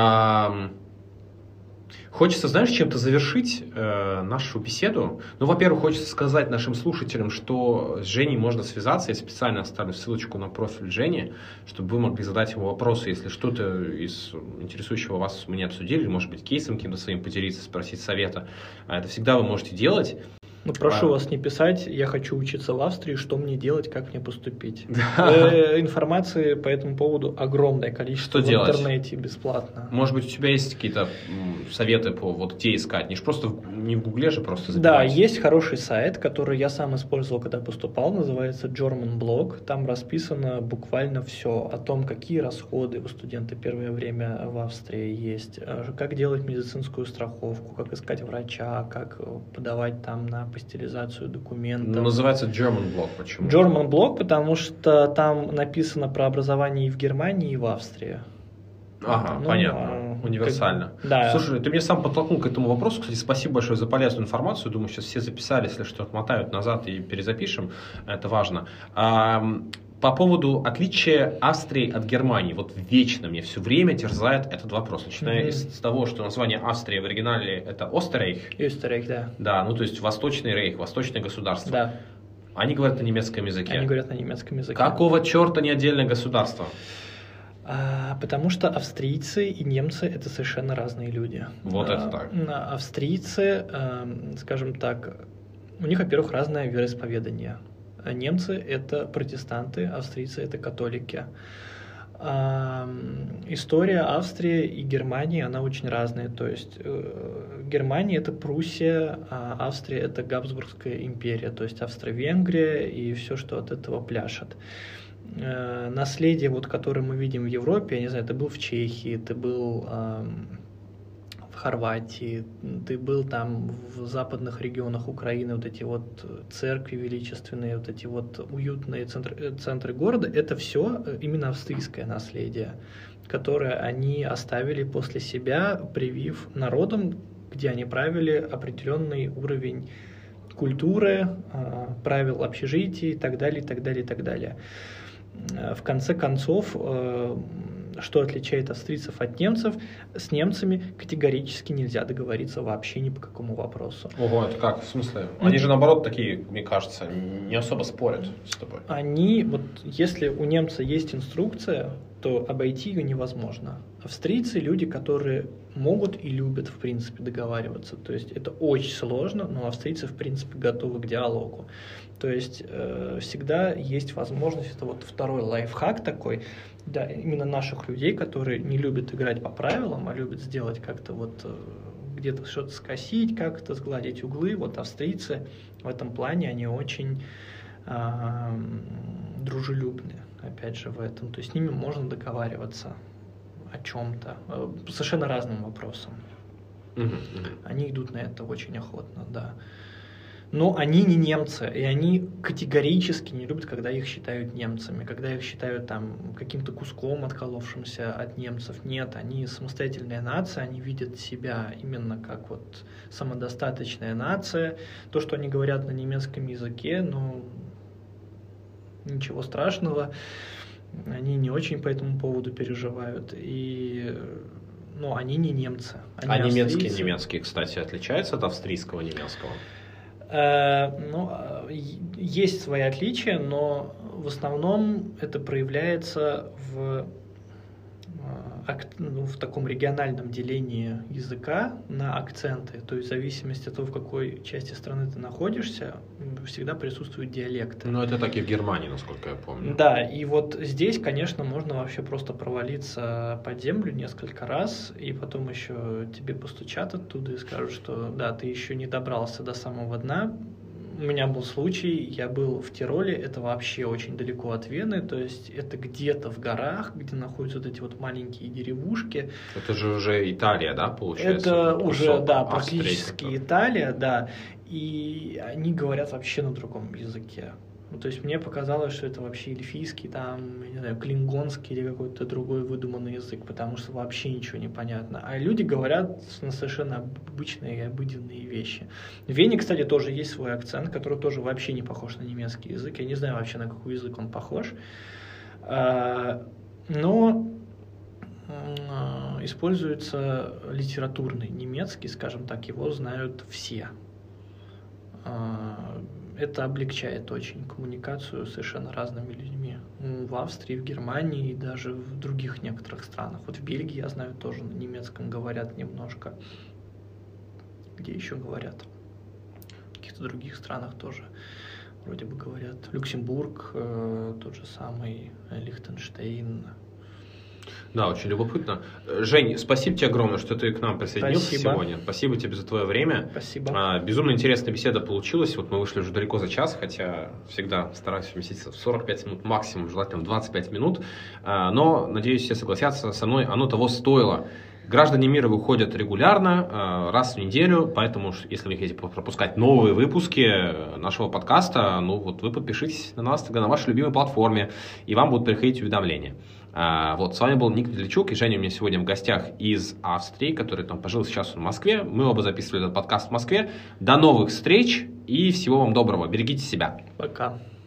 Хочется, знаешь, чем-то завершить нашу беседу. Ну, во-первых, хочется сказать нашим слушателям, что с Женей можно связаться. Я специально оставлю ссылочку на профиль Жени, чтобы вы могли задать ему вопросы, если что-то из интересующего вас мы не обсудили, может быть, кейсом каким-то своим поделиться, спросить совета. Это всегда вы можете делать. Ну, прошу вас не писать, я хочу учиться в Австрии, что мне делать, как мне поступить. Информации по этому поводу огромное количество в интернете, бесплатно. Может быть, у тебя есть какие-то советы по вот где искать? Не в Гугле же просто забивать. Да, есть хороший сайт, который я сам использовал, когда поступал, называется German Blog. Там расписано буквально все о том, какие расходы у студента первое время в Австрии есть, как делать медицинскую страховку, как искать врача, как подавать там на пастеризацию документов. Называется German Blog. Почему? German Blog, потому что там написано про образование и в Германии, и в Австрии. Ага, понятно. Универсально. Да. Слушай, ты меня сам подтолкнул к этому вопросу. Кстати, спасибо большое за полезную информацию. Думаю, сейчас все записали, если что, отмотают назад и перезапишем. Это важно. По поводу отличия Австрии от Германии. Вот вечно мне все время терзает этот вопрос. Начиная с того, что название Австрии в оригинале это Остеррейх. Остеррейх, да. Да, ну то есть Восточный рейх, Восточное государство. Да. Они говорят на немецком языке. Они говорят на немецком языке. Какого черта не отдельное государство? Потому что австрийцы и немцы это совершенно разные люди. Вот это так. Австрийцы, скажем так, у них, во-первых, разное вероисповедание. Немцы – это протестанты, австрийцы – это католики. История Австрии и Германии, она очень разная. То есть Германия – это Пруссия, а Австрия – это Габсбургская империя, то есть Австро-Венгрия и все, что от этого пляшет. Наследие, вот, которое мы видим в Европе, я не знаю, это был в Чехии, это был в Хорватии, ты был там в западных регионах Украины, вот эти вот церкви величественные, вот эти вот уютные центры города, это все именно австрийское наследие, которое они оставили после себя, привив народам, где они правили, определенный уровень культуры, правил общежитий и так далее, и так далее, и так далее. В конце концов, что отличает австрийцев от немцев, с немцами категорически нельзя договориться вообще ни по какому вопросу. Ого, это как? В смысле? Они же, наоборот, такие, мне кажется, не особо спорят с тобой. Они, вот если у немца есть инструкция, то обойти ее невозможно. Австрийцы — люди, которые могут и любят, в принципе, договариваться. То есть это очень сложно, но австрийцы, в принципе, готовы к диалогу. То есть всегда есть возможность, это вот второй лайфхак такой, да, именно наших людей, которые не любят играть по правилам, а любят сделать как-то вот где-то что-то скосить, как-то сгладить углы. Вот австрийцы в этом плане, они очень дружелюбны, опять же, в этом. То есть с ними можно договариваться о чем-то, совершенно разным вопросам. Они идут на это очень охотно, да. Но они не немцы, и они категорически не любят, когда их считают немцами, когда их считают там каким-то куском, отколовшимся от немцев. Нет, они самостоятельная нация, они видят себя именно как вот самодостаточная нация. То, что они говорят на немецком языке, ну, ничего страшного, они не очень по этому поводу переживают. И, ну, они не немцы. Они немецкий, кстати, отличается от австрийского немецкого? Ну, есть свои отличия, но в основном это проявляется в таком региональном делении языка на акценты. То есть в зависимости от того, в какой части страны ты находишься, всегда присутствуют диалекты. Ну, это так и в Германии, насколько я помню. Да, и вот здесь, конечно, можно вообще просто провалиться под землю несколько раз, и потом еще тебе постучат оттуда и скажут, что да, ты еще не добрался до самого дна. У меня был случай, я был в Тироле, это вообще очень далеко от Вены, то есть это где-то в горах, где находятся вот эти вот маленькие деревушки. Это же уже Италия, да, получается? Это уже, да, практически Италия, да, и они говорят вообще на другом языке. Ну, то есть мне показалось, что это вообще эльфийский, там, не знаю, клингонский или какой-то другой выдуманный язык, потому что вообще ничего не понятно. А люди говорят на совершенно обычные и обыденные вещи. В Вене, кстати, тоже есть свой акцент, который тоже вообще не похож на немецкий язык. Я не знаю вообще, на какой язык он похож. Но используется литературный немецкий, скажем так, его знают все. Это облегчает очень коммуникацию с совершенно разными людьми. В Австрии, в Германии и даже в других некоторых странах. Вот в Бельгии, я знаю, тоже на немецком говорят немножко. Где еще говорят? В каких-то других странах тоже вроде бы говорят. Люксембург, тот же самый, Лихтенштейн. Да, очень любопытно. Жень, спасибо тебе огромное, что ты к нам присоединился сегодня. Спасибо тебе за твое время. Спасибо. Безумно интересная беседа получилась. Вот мы вышли уже далеко за час, хотя всегда стараюсь вместиться в 45 минут максимум, желательно в 25 минут. Но, надеюсь, все согласятся со мной, оно того стоило. Граждане мира выходят регулярно, раз в неделю, поэтому, если вы хотите пропускать новые выпуски нашего подкаста, ну вот вы подпишитесь на нас на вашей любимой платформе, и вам будут приходить уведомления. Вот, с вами был Ник Неделичук, и Женя у меня сегодня в гостях из Австрии, который там пожил сейчас в Москве. Мы оба записывали этот подкаст в Москве. До новых встреч и всего вам доброго. Берегите себя. Пока.